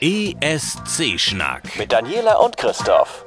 ESC-Schnack mit Daniela und Christoph.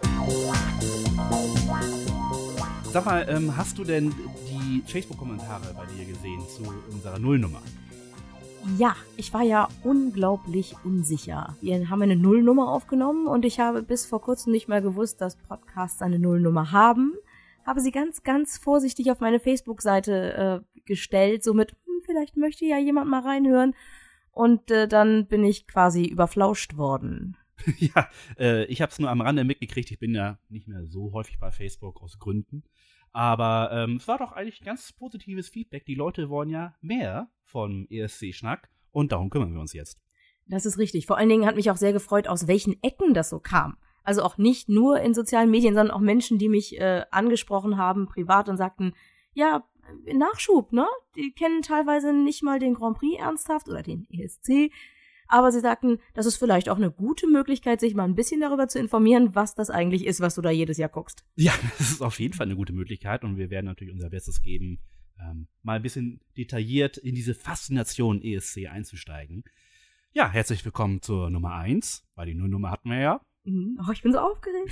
Sag mal, hast du denn die Facebook-Kommentare bei dir gesehen zu unserer Nullnummer? Ja, ich war ja unglaublich unsicher. Wir haben eine Nullnummer aufgenommen und ich habe bis vor kurzem nicht mal gewusst, dass Podcasts eine Nullnummer haben. Habe sie ganz, ganz vorsichtig auf meine Facebook-Seite gestellt, somit, vielleicht möchte ja jemand mal reinhören. Und dann bin ich quasi überflauscht worden. Ja, ich habe es nur am Rande mitgekriegt. Ich bin ja nicht mehr so häufig bei Facebook aus Gründen. Aber es war doch eigentlich ganz positives Feedback. Die Leute wollen ja mehr von ESC-Schnack und darum kümmern wir uns jetzt. Das ist richtig. Vor allen Dingen hat mich auch sehr gefreut, aus welchen Ecken das so kam. Also auch nicht nur in sozialen Medien, sondern auch Menschen, die mich angesprochen haben, privat und sagten, ja, Nachschub, ne? Die kennen teilweise nicht mal den Grand Prix ernsthaft oder den ESC. Aber sie sagten, das ist vielleicht auch eine gute Möglichkeit, sich mal ein bisschen darüber zu informieren, was das eigentlich ist, was du da jedes Jahr guckst. Ja, das ist auf jeden Fall eine gute Möglichkeit und wir werden natürlich unser Bestes geben, mal ein bisschen detailliert in diese Faszination ESC einzusteigen. Ja, herzlich willkommen zur Nummer 1, weil die Nullnummer hatten wir ja. Oh, ich bin so aufgeregt.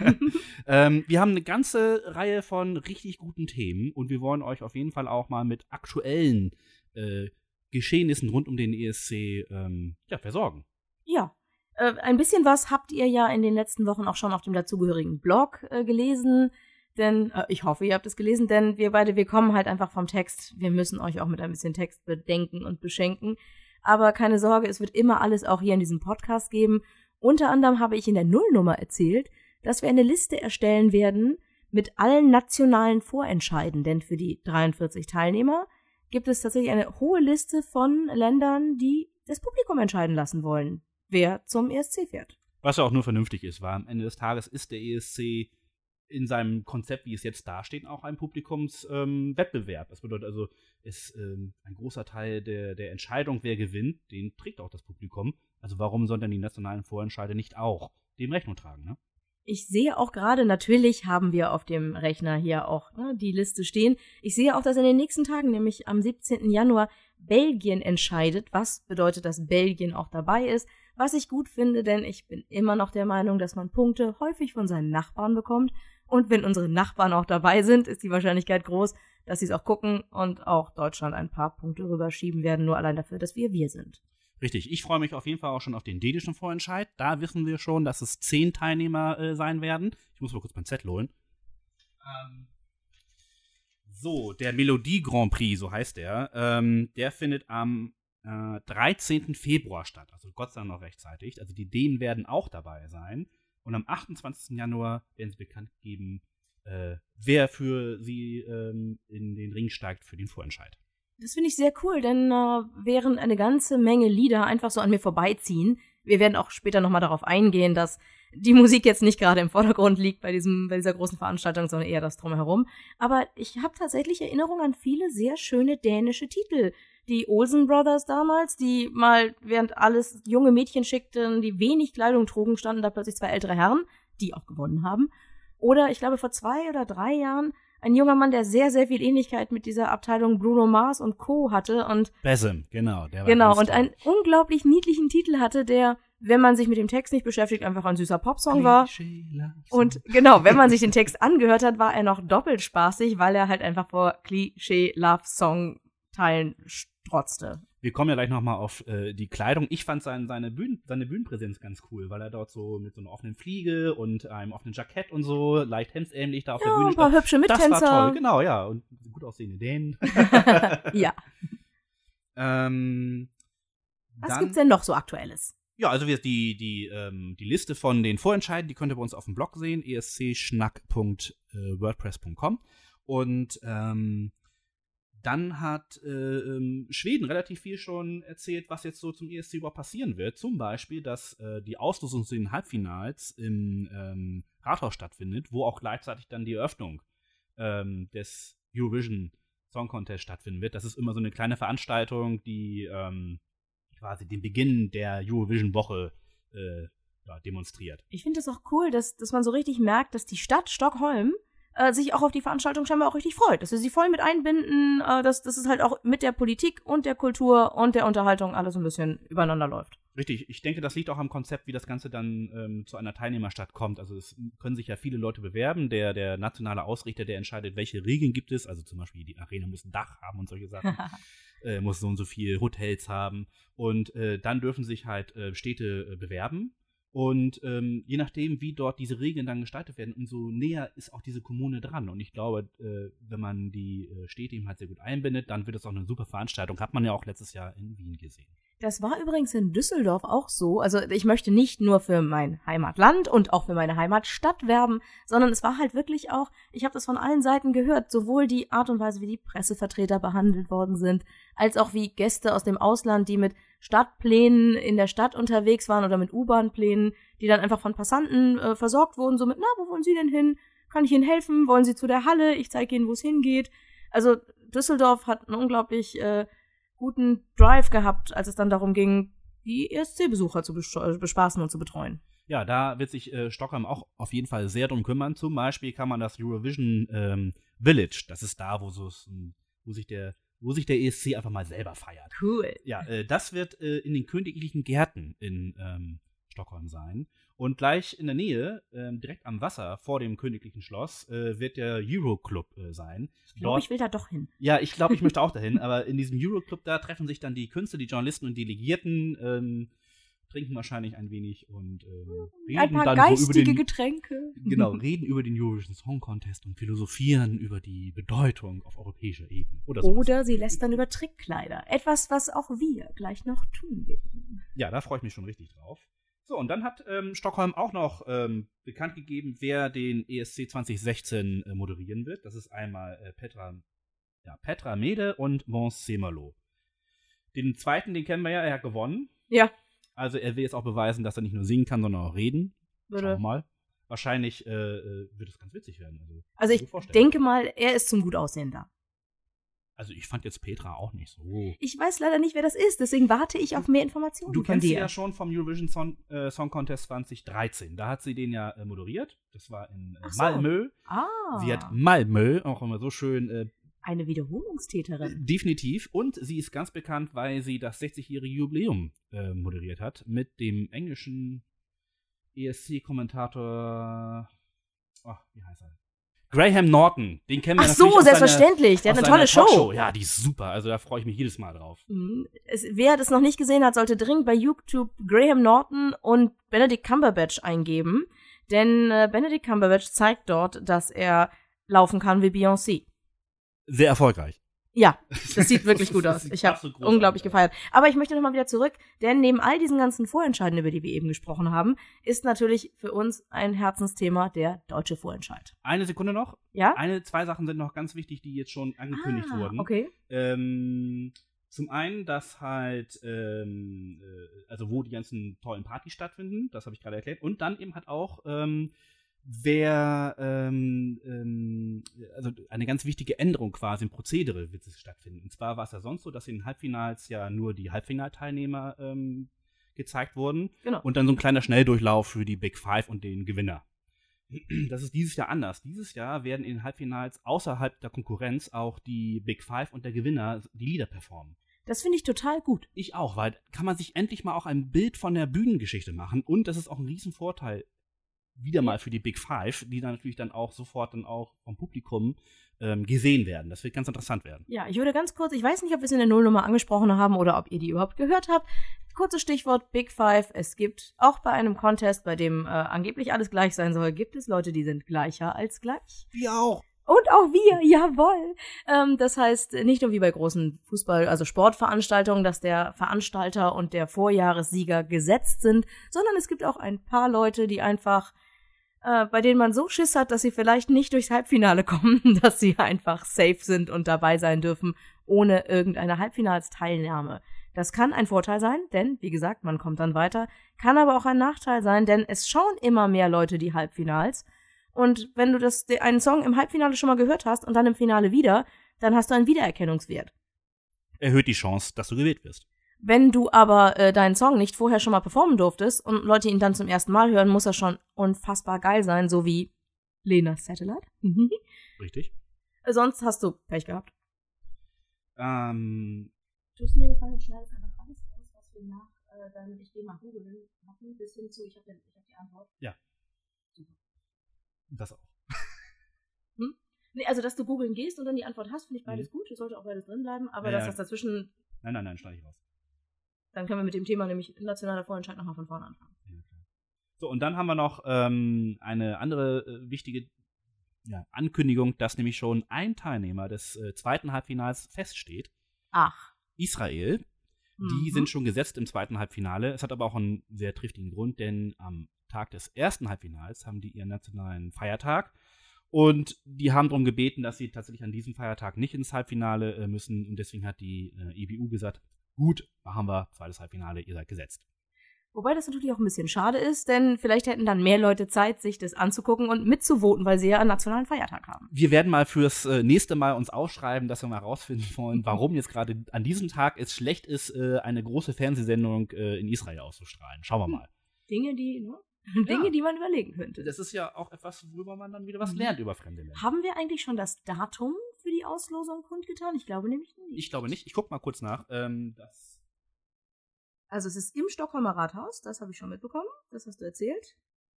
Wir haben eine ganze Reihe von richtig guten Themen und wir wollen euch auf jeden Fall auch mal mit aktuellen Geschehnissen rund um den ESC versorgen. Ja, ein bisschen was habt ihr ja in den letzten Wochen auch schon auf dem dazugehörigen Blog gelesen, denn ich hoffe, ihr habt es gelesen, denn wir kommen halt einfach vom Text. Wir müssen euch auch mit ein bisschen Text bedenken und beschenken, aber keine Sorge, es wird immer alles auch hier in diesem Podcast geben. Unter anderem habe ich in der Nullnummer erzählt, dass wir eine Liste erstellen werden mit allen nationalen Vorentscheiden, denn für die 43 Teilnehmer gibt es tatsächlich eine hohe Liste von Ländern, die das Publikum entscheiden lassen wollen, wer zum ESC fährt. Was ja auch nur vernünftig ist, weil am Ende des Tages ist der ESC in seinem Konzept, wie es jetzt dasteht, auch ein Publikumswettbewerb. Das bedeutet also, ein großer Teil der Entscheidung, wer gewinnt, den trägt auch das Publikum. Also warum sollen denn die nationalen Vorentscheide nicht auch dem Rechnung tragen, ne? Ich sehe auch gerade, natürlich haben wir auf dem Rechner hier auch die Liste stehen. Ich sehe auch, dass in den nächsten Tagen, nämlich am 17. Januar, Belgien entscheidet. Was bedeutet, dass Belgien auch dabei ist? Was ich gut finde, denn ich bin immer noch der Meinung, dass man Punkte häufig von seinen Nachbarn bekommt. Und wenn unsere Nachbarn auch dabei sind, ist die Wahrscheinlichkeit groß, dass sie es auch gucken und auch Deutschland ein paar Punkte rüberschieben werden, nur allein dafür, dass wir sind. Richtig, ich freue mich auf jeden Fall auch schon auf den dänischen Vorentscheid. Da wissen wir schon, dass es 10 Teilnehmer sein werden. Ich muss mal kurz meinen Zettel holen. So, der Melodie Grand Prix, so heißt der, der findet am 13. Februar statt. Also Gott sei Dank noch rechtzeitig. Also die Dänen werden auch dabei sein. Und am 28. Januar werden sie bekannt geben, wer für sie in den Ring steigt für den Vorentscheid. Das finde ich sehr cool, denn während eine ganze Menge Lieder einfach so an mir vorbeiziehen, wir werden auch später nochmal darauf eingehen, dass die Musik jetzt nicht gerade im Vordergrund liegt bei dieser großen Veranstaltung, sondern eher das Drumherum. Aber ich habe tatsächlich Erinnerungen an viele sehr schöne dänische Titel. Die Olsen Brothers damals, die mal, während alles junge Mädchen schickten, die wenig Kleidung trugen, standen da plötzlich 2 ältere Herren, die auch gewonnen haben. Oder ich glaube vor 2 oder 3 Jahren ein junger Mann, der sehr, sehr viel Ähnlichkeit mit dieser Abteilung Bruno Mars und Co. hatte. Und Bessem, genau. Der war genau, und toll. einen unglaublich niedlichen Titel hatte, der, wenn man sich mit dem Text nicht beschäftigt, einfach ein süßer Popsong war. Und genau, wenn man sich den Text angehört hat, war er noch doppelt spaßig, weil er halt einfach vor Klischee-Love-Song-Teilen strotzte. Wir kommen ja gleich nochmal auf die Kleidung. Ich fand seine Bühnenpräsenz ganz cool, weil er dort so mit so einer offenen Fliege und einem offenen Jackett und so, leicht hemdsähnlich da auf der Bühne stand. Ja, ein paar hübsche Mittänzer. Das war toll, genau, ja. Und gut aussehende Dänen. Ja. Was gibt's denn noch so Aktuelles? Ja, also die Liste von den Vorentscheiden, die könnt ihr bei uns auf dem Blog sehen, escschnack.wordpress.com. Und dann hat Schweden relativ viel schon erzählt, was jetzt so zum ESC überhaupt passieren wird. Zum Beispiel, dass die Auslosung zu den Halbfinals im Rathaus stattfindet, wo auch gleichzeitig dann die Eröffnung des Eurovision Song Contest stattfinden wird. Das ist immer so eine kleine Veranstaltung, die quasi den Beginn der Eurovision-Woche demonstriert. Ich finde es auch cool, dass man so richtig merkt, dass die Stadt Stockholm sich auch auf die Veranstaltung scheinbar auch richtig freut. Dass wir sie voll mit einbinden, dass es halt auch mit der Politik und der Kultur und der Unterhaltung alles ein bisschen übereinander läuft. Richtig, ich denke, das liegt auch am Konzept, wie das Ganze dann zu einer Teilnehmerstadt kommt. Also es können sich ja viele Leute bewerben. Der nationale Ausrichter, der entscheidet, welche Regeln gibt es. Also zum Beispiel die Arena muss ein Dach haben und solche Sachen. Muss so und so viel Hotels haben. Und dann dürfen sich halt Städte bewerben. Und je nachdem, wie dort diese Regeln dann gestaltet werden, umso näher ist auch diese Kommune dran. Und ich glaube, wenn man die Städte eben halt sehr gut einbindet, dann wird es auch eine super Veranstaltung. Hat man ja auch letztes Jahr in Wien gesehen. Das war übrigens in Düsseldorf auch so. Also ich möchte nicht nur für mein Heimatland und auch für meine Heimatstadt werben, sondern es war halt wirklich auch, ich habe das von allen Seiten gehört, sowohl die Art und Weise, wie die Pressevertreter behandelt worden sind, als auch wie Gäste aus dem Ausland, die mit Stadtplänen in der Stadt unterwegs waren oder mit U-Bahn-Plänen, die dann einfach von Passanten versorgt wurden, so mit, na, wo wollen Sie denn hin? Kann ich Ihnen helfen? Wollen Sie zu der Halle? Ich zeige Ihnen, wo es hingeht. Also Düsseldorf hat einen unglaublich guten Drive gehabt, als es dann darum ging, die ESC-Besucher zu bespaßen und zu betreuen. Ja, da wird sich Stockholm auch auf jeden Fall sehr drum kümmern. Zum Beispiel kann man das Eurovision Village, das ist da, wo sich der ESC einfach mal selber feiert. Cool. Ja, das wird in den königlichen Gärten in Stockholm sein. Und gleich in der Nähe, direkt am Wasser vor dem königlichen Schloss, wird der Euroclub sein. Ich glaube, ich will da doch hin. Ja, ich glaube, ich möchte auch dahin. Aber in diesem Euroclub, da treffen sich dann die Künstler, die Journalisten und Delegierten, trinken wahrscheinlich ein wenig und reden ein paar dann geistige so über den Getränke. Genau, reden über den Eurovision Song Contest und philosophieren über die Bedeutung auf europäischer Ebene. Oder sie lästern über Trickkleider. Etwas, was auch wir gleich noch tun werden. Ja, da freue ich mich schon richtig drauf. So, und dann hat Stockholm auch noch bekannt gegeben, wer den ESC 2016 moderieren wird. Das ist einmal Petra Mede und Mons Semelo. Den zweiten, den kennen wir ja, er hat gewonnen. Ja. Also er will jetzt auch beweisen, dass er nicht nur singen kann, sondern auch reden. Würde. Schauen wir mal. Wahrscheinlich wird es ganz witzig werden. Also ich denke mal, er ist zum gut Aussehen da. Also ich fand jetzt Petra auch nicht so. Ich weiß leider nicht, wer das ist, deswegen warte ich auf mehr Informationen Du von kennst dir. sie ja schon vom Eurovision Song Contest 2013. Da hat sie den ja moderiert. Das war in Malmö. Ah. Sie hat Malmö, auch immer so schön. Eine Wiederholungstäterin. Definitiv. Und sie ist ganz bekannt, weil sie das 60-jährige Jubiläum moderiert hat mit dem englischen ESC-Kommentator. Wie heißt er? Graham Norton, den kennen wir natürlich aus selbstverständlich. Der hat eine tolle Show. Ja, die ist super. Also da freue ich mich jedes Mal drauf. Wer das noch nicht gesehen hat, sollte dringend bei YouTube Graham Norton und Benedict Cumberbatch eingeben. Denn Benedict Cumberbatch zeigt dort, dass er laufen kann wie Beyoncé. Sehr erfolgreich. Ja, das sieht wirklich gut aus. Ich habe unglaublich gefeiert. Aber ich möchte nochmal wieder zurück, denn neben all diesen ganzen Vorentscheiden, über die wir eben gesprochen haben, ist natürlich für uns ein Herzensthema der deutsche Vorentscheid. Eine Sekunde noch. Ja? Zwei Sachen sind noch ganz wichtig, die jetzt schon angekündigt wurden. Okay. Zum einen, dass halt, also wo die ganzen tollen Partys stattfinden, das habe ich gerade erklärt. Und dann eben halt auch, also eine ganz wichtige Änderung quasi im Prozedere wird es stattfinden. Und zwar war es ja sonst so, dass in den Halbfinals ja nur die Halbfinalteilnehmer gezeigt wurden. Genau. Und dann so ein kleiner Schnelldurchlauf für die Big Five und den Gewinner. Das ist dieses Jahr anders. Dieses Jahr werden in den Halbfinals außerhalb der Konkurrenz auch die Big Five und der Gewinner die Lieder performen. Das finde ich total gut. Ich auch, weil kann man sich endlich mal auch ein Bild von der Bühnengeschichte machen. Und das ist auch ein Riesenvorteil wieder mal für die Big Five, die dann natürlich dann auch sofort dann auch vom Publikum gesehen werden. Das wird ganz interessant werden. Ja, ich würde ganz kurz, ich weiß nicht, ob wir es in der Nullnummer angesprochen haben oder ob ihr die überhaupt gehört habt. Kurzes Stichwort Big Five. Es gibt auch bei einem Contest, bei dem angeblich alles gleich sein soll, gibt es Leute, die sind gleicher als gleich. Wir auch. Und auch wir, jawohl. Das heißt, nicht nur wie bei großen also Sportveranstaltungen, dass der Veranstalter und der Vorjahressieger gesetzt sind, sondern es gibt auch ein paar Leute, die einfach bei denen man so Schiss hat, dass sie vielleicht nicht durchs Halbfinale kommen, dass sie einfach safe sind und dabei sein dürfen, ohne irgendeine Halbfinalsteilnahme. Das kann ein Vorteil sein, denn, wie gesagt, man kommt dann weiter, kann aber auch ein Nachteil sein, denn es schauen immer mehr Leute die Halbfinals. Und wenn du einen Song im Halbfinale schon mal gehört hast und dann im Finale wieder, dann hast du einen Wiedererkennungswert. Erhöht die Chance, dass du gewählt wirst. Wenn du aber deinen Song nicht vorher schon mal performen durftest und Leute ihn dann zum ersten Mal hören, muss er schon unfassbar geil sein, so wie Lena's Satellite. Richtig. Sonst hast du Pech gehabt. Du hast mir gefallen, schneidest einfach alles raus, was wir nach dann ich gehe mal googeln. Bis hin zu, ich hab die Antwort. Ja. Super. Das auch. Nee, also, dass du googeln gehst und dann die Antwort hast, finde ich beides gut. Es sollte auch beides drin bleiben. Aber dass das dazwischen... Nein, schneide ich raus. Dann können wir mit dem Thema nämlich nationaler Vorentscheid nochmal von vorne anfangen. Ja, klar. So, und dann haben wir noch eine andere wichtige Ankündigung, dass nämlich schon ein Teilnehmer des zweiten Halbfinals feststeht. Ach. Israel. Die sind schon gesetzt im zweiten Halbfinale. Es hat aber auch einen sehr triftigen Grund, denn am Tag des ersten Halbfinals haben die ihren nationalen Feiertag. Und die haben darum gebeten, dass sie tatsächlich an diesem Feiertag nicht ins Halbfinale müssen. Und deswegen hat die EBU gesagt, gut, machen wir, zweites Halbfinale, ihr seid gesetzt. Wobei das natürlich auch ein bisschen schade ist, denn vielleicht hätten dann mehr Leute Zeit, sich das anzugucken und mitzuvoten, weil sie ja einen nationalen Feiertag haben. Wir werden mal fürs nächste Mal uns ausschreiben, dass wir mal herausfinden wollen, warum jetzt gerade an diesem Tag es schlecht ist, eine große Fernsehsendung in Israel auszustrahlen. Schauen wir mal. Dinge, die man überlegen könnte. Das ist ja auch etwas, worüber man dann wieder was lernt über fremde Länder. Haben wir eigentlich schon das Datum für die Auslosung kundgetan? Ich glaube nämlich nicht. Ich glaube nicht. Ich gucke mal kurz nach. Also es ist im Stockholmer Rathaus, das habe ich schon mitbekommen. Das hast du erzählt.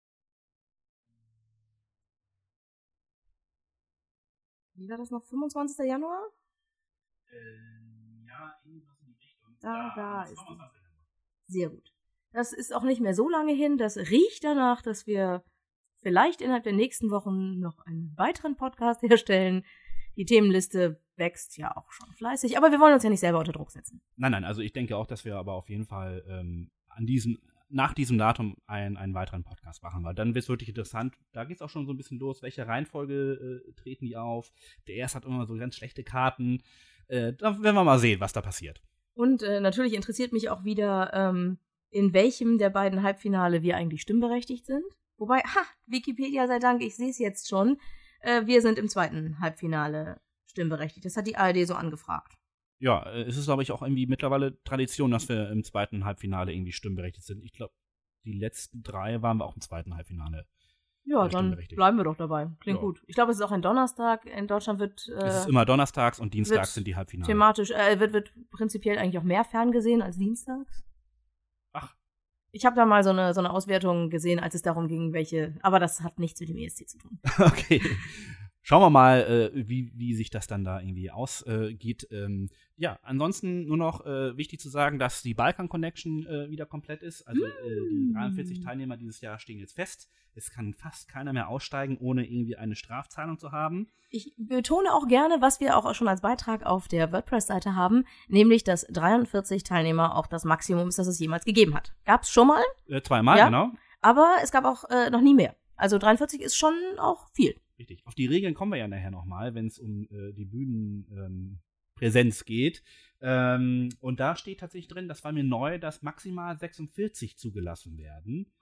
Wie war das noch? 25. Januar? Ja, irgendwas in die Richtung. Da ist es. Sehr gut. Das ist auch nicht mehr so lange hin. Das riecht danach, dass wir vielleicht innerhalb der nächsten Wochen noch einen weiteren Podcast herstellen. Die Themenliste wächst ja auch schon fleißig, aber wir wollen uns ja nicht selber unter Druck setzen. Nein, also ich denke auch, dass wir aber auf jeden Fall nach diesem Datum einen weiteren Podcast machen, weil dann wird es wirklich interessant. Da geht es auch schon so ein bisschen los, welche Reihenfolge treten die auf. Der erste hat immer so ganz schlechte Karten. Da werden wir mal sehen, was da passiert. Und natürlich interessiert mich auch wieder, in welchem der beiden Halbfinale wir eigentlich stimmberechtigt sind. Wobei, Wikipedia sei Dank, ich sehe es jetzt schon. Wir sind im zweiten Halbfinale stimmberechtigt. Das hat die ARD so angefragt. Ja, es ist, glaube ich, auch irgendwie mittlerweile Tradition, dass wir im zweiten Halbfinale irgendwie stimmberechtigt sind. Ich glaube, die letzten 3 waren wir auch im zweiten Halbfinale. Ja, dann bleiben wir doch dabei. Klingt gut. Ich glaube, es ist auch ein Donnerstag. In Deutschland wird es ist immer donnerstags und dienstags sind die Halbfinale. Thematisch, wird prinzipiell eigentlich auch mehr ferngesehen als dienstags. Ach. Ich habe da mal so eine Auswertung gesehen, als es darum ging, welche, aber das hat nichts mit dem ESC zu tun. Okay. Schauen wir mal, wie sich das dann da irgendwie ausgeht. Ansonsten nur noch wichtig zu sagen, dass die Balkan Connection wieder komplett ist. Also die 43 Teilnehmer dieses Jahr stehen jetzt fest. Es kann fast keiner mehr aussteigen, ohne irgendwie eine Strafzahlung zu haben. Ich betone auch gerne, was wir auch schon als Beitrag auf der WordPress-Seite haben, nämlich, dass 43 Teilnehmer auch das Maximum ist, das es jemals gegeben hat. Gab's schon mal? 2-mal, ja, genau. Aber es gab auch noch nie mehr. Also 43 ist schon auch viel. Richtig. Auf die Regeln kommen wir ja nachher nochmal, wenn es um die Bühnenpräsenz geht. Und da steht tatsächlich drin, das war mir neu, dass maximal 46 zugelassen werden.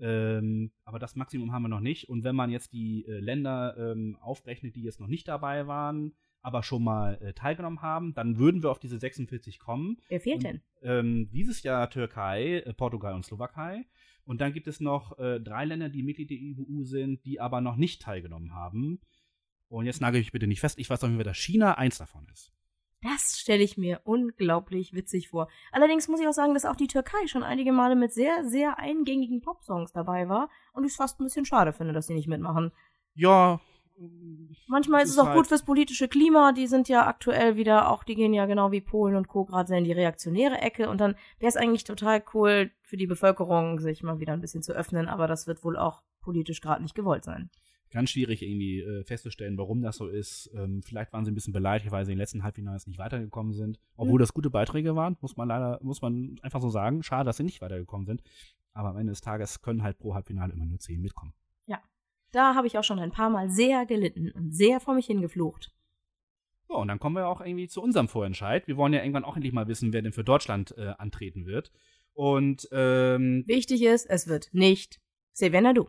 Aber das Maximum haben wir noch nicht. Und wenn man jetzt die Länder aufrechnet, die jetzt noch nicht dabei waren, aber schon mal teilgenommen haben, dann würden wir auf diese 46 kommen. Wer fehlt denn? Dieses Jahr Türkei, Portugal und Slowakei. Und dann gibt es noch 3 Länder, die Mitglied der EU sind, die aber noch nicht teilgenommen haben. Und jetzt nagel ich bitte nicht fest, ich weiß auf jeden Fall, dass China eins davon ist. Das stelle ich mir unglaublich witzig vor. Allerdings muss ich auch sagen, dass auch die Türkei schon einige Male mit sehr, sehr eingängigen Popsongs dabei war. Und ich es fast ein bisschen schade finde, dass sie nicht mitmachen. Ja. Manchmal ist es auch gut fürs politische Klima. Die sind ja aktuell wieder, auch die gehen ja genau wie Polen und Co. gerade in die reaktionäre Ecke. Und dann wäre es eigentlich total cool für die Bevölkerung, sich mal wieder ein bisschen zu öffnen. Aber das wird wohl auch politisch gerade nicht gewollt sein. Ganz schwierig irgendwie festzustellen, warum das so ist. Vielleicht waren sie ein bisschen beleidigt, weil sie in den letzten Halbfinals nicht weitergekommen sind. Obwohl das gute Beiträge waren, muss man einfach so sagen. Schade, dass sie nicht weitergekommen sind. Aber am Ende des Tages können halt pro Halbfinale immer nur 10 mitkommen. Ja. Da habe ich auch schon ein paar Mal sehr gelitten und sehr vor mich hingeflucht. So, und dann kommen wir auch irgendwie zu unserem Vorentscheid. Wir wollen ja irgendwann auch endlich mal wissen, wer denn für Deutschland antreten wird. Und wichtig ist, es wird nicht Xavier Naidu.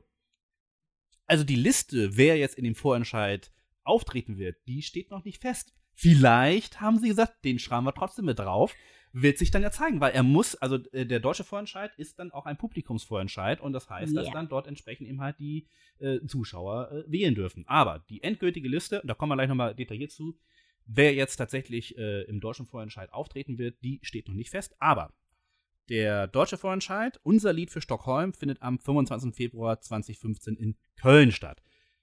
Also die Liste, wer jetzt in dem Vorentscheid auftreten wird, die steht noch nicht fest. Vielleicht haben sie gesagt, den schreiben wir trotzdem mit drauf. Wird sich dann ja zeigen, weil er muss, also der deutsche Vorentscheid ist dann auch ein Publikumsvorentscheid und das heißt, dass dann dort entsprechend eben halt die Zuschauer wählen dürfen. Aber die endgültige Liste, und da kommen wir gleich nochmal detailliert zu, wer jetzt tatsächlich im deutschen Vorentscheid auftreten wird, die steht noch nicht fest. Aber Der deutsche Vorentscheid, unser Lied für Stockholm, findet am 25. Februar 2015 in Köln statt.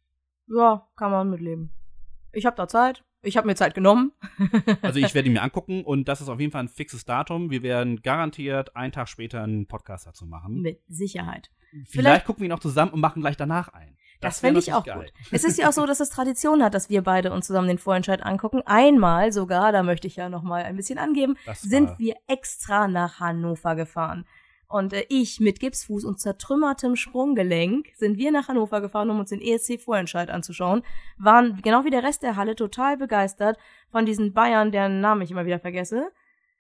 Ja, kann man mitleben. Ich habe da Zeit. Ich habe mir Zeit genommen. Also ich werde ihn mir angucken und das ist auf jeden Fall ein fixes Datum. Wir werden garantiert einen Tag später einen Podcast dazu machen. Mit Sicherheit. Vielleicht gucken wir ihn auch zusammen und machen gleich danach einen. Das fände ich auch gut. Es ist ja auch so, dass es Tradition hat, dass wir beide uns zusammen den Vorentscheid angucken. Einmal sogar, da möchte ich ja noch mal ein bisschen angeben, sind wir extra nach Hannover gefahren. Und ich mit Gipsfuß und zertrümmertem Sprunggelenk sind wir nach Hannover gefahren, um uns den ESC-Vorentscheid anzuschauen. Waren genau wie der Rest der Halle total begeistert von diesen Bayern, deren Namen ich immer wieder vergesse.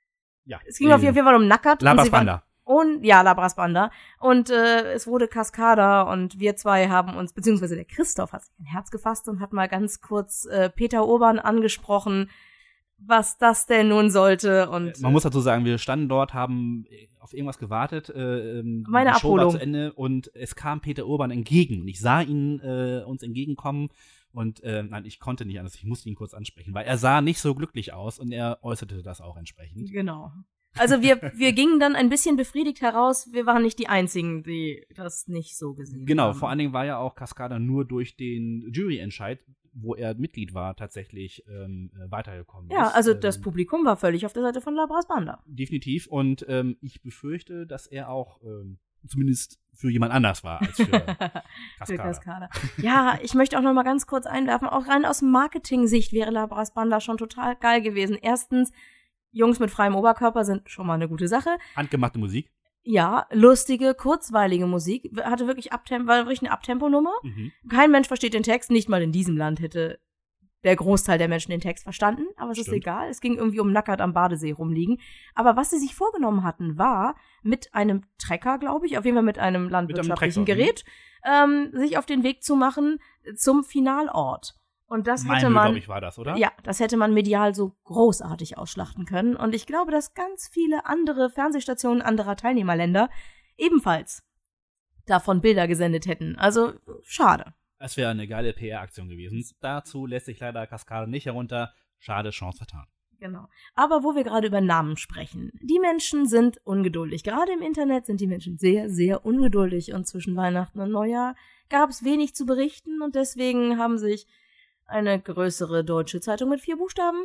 Ja. Es ging auf jeden Fall um Nackert. Labras Banda. Labras Banda. Und es wurde Cascada und wir zwei haben uns, beziehungsweise der Christoph hat sich ein Herz gefasst und hat mal ganz kurz Peter Urban angesprochen, was das denn nun sollte. Und man muss dazu sagen, wir standen dort, haben auf irgendwas gewartet. Meine die Show war Abholung. zu Ende und es kam Peter Urban entgegen. Und ich sah ihn uns entgegenkommen und nein, ich konnte nicht anders. Ich musste ihn kurz ansprechen, weil er sah nicht so glücklich aus und er äußerte das auch entsprechend. Genau. Also wir gingen dann ein bisschen befriedigt heraus. Wir waren nicht die Einzigen, die das nicht so gesehen haben. Genau, vor allen Dingen war ja auch Cascada nur durch den Juryentscheid, wo er Mitglied war, tatsächlich weitergekommen. Ja, also das Publikum war völlig auf der Seite von Labras Banda. Definitiv. Und ich befürchte, dass er auch zumindest für jemand anders war als für Cascada. Für Cascada. Ja, ich möchte auch noch mal ganz kurz einwerfen, auch rein aus Marketing-Sicht wäre Labras Banda schon total geil gewesen. Erstens, Jungs mit freiem Oberkörper sind schon mal eine gute Sache. Handgemachte Musik. Ja, lustige, kurzweilige Musik. Hatte wirklich war wirklich eine Abtempo-Nummer. Mhm. Kein Mensch versteht den Text. Nicht mal in diesem Land hätte der Großteil der Menschen den Text verstanden. Aber es ist egal. Es ging irgendwie um Nackert am Badesee rumliegen. Aber was sie sich vorgenommen hatten, war mit einem Trecker, glaube ich, auf jeden Fall mit einem landwirtschaftlichen Gerät, sich auf den Weg zu machen zum Finalort. Und das hätte man, glaube ich, war das, oder? Ja, das hätte man medial so großartig ausschlachten können. Und ich glaube, dass ganz viele andere Fernsehstationen anderer Teilnehmerländer ebenfalls davon Bilder gesendet hätten. Also, schade. Das wäre eine geile PR-Aktion gewesen. Dazu lässt sich leider Cascada nicht herunter. Schade, Chance vertan. Genau. Aber wo wir gerade über Namen sprechen. Die Menschen sind ungeduldig. Gerade im Internet sind die Menschen sehr, sehr ungeduldig. Und zwischen Weihnachten und Neujahr gab es wenig zu berichten. Und deswegen haben sich eine größere deutsche Zeitung mit 4 Buchstaben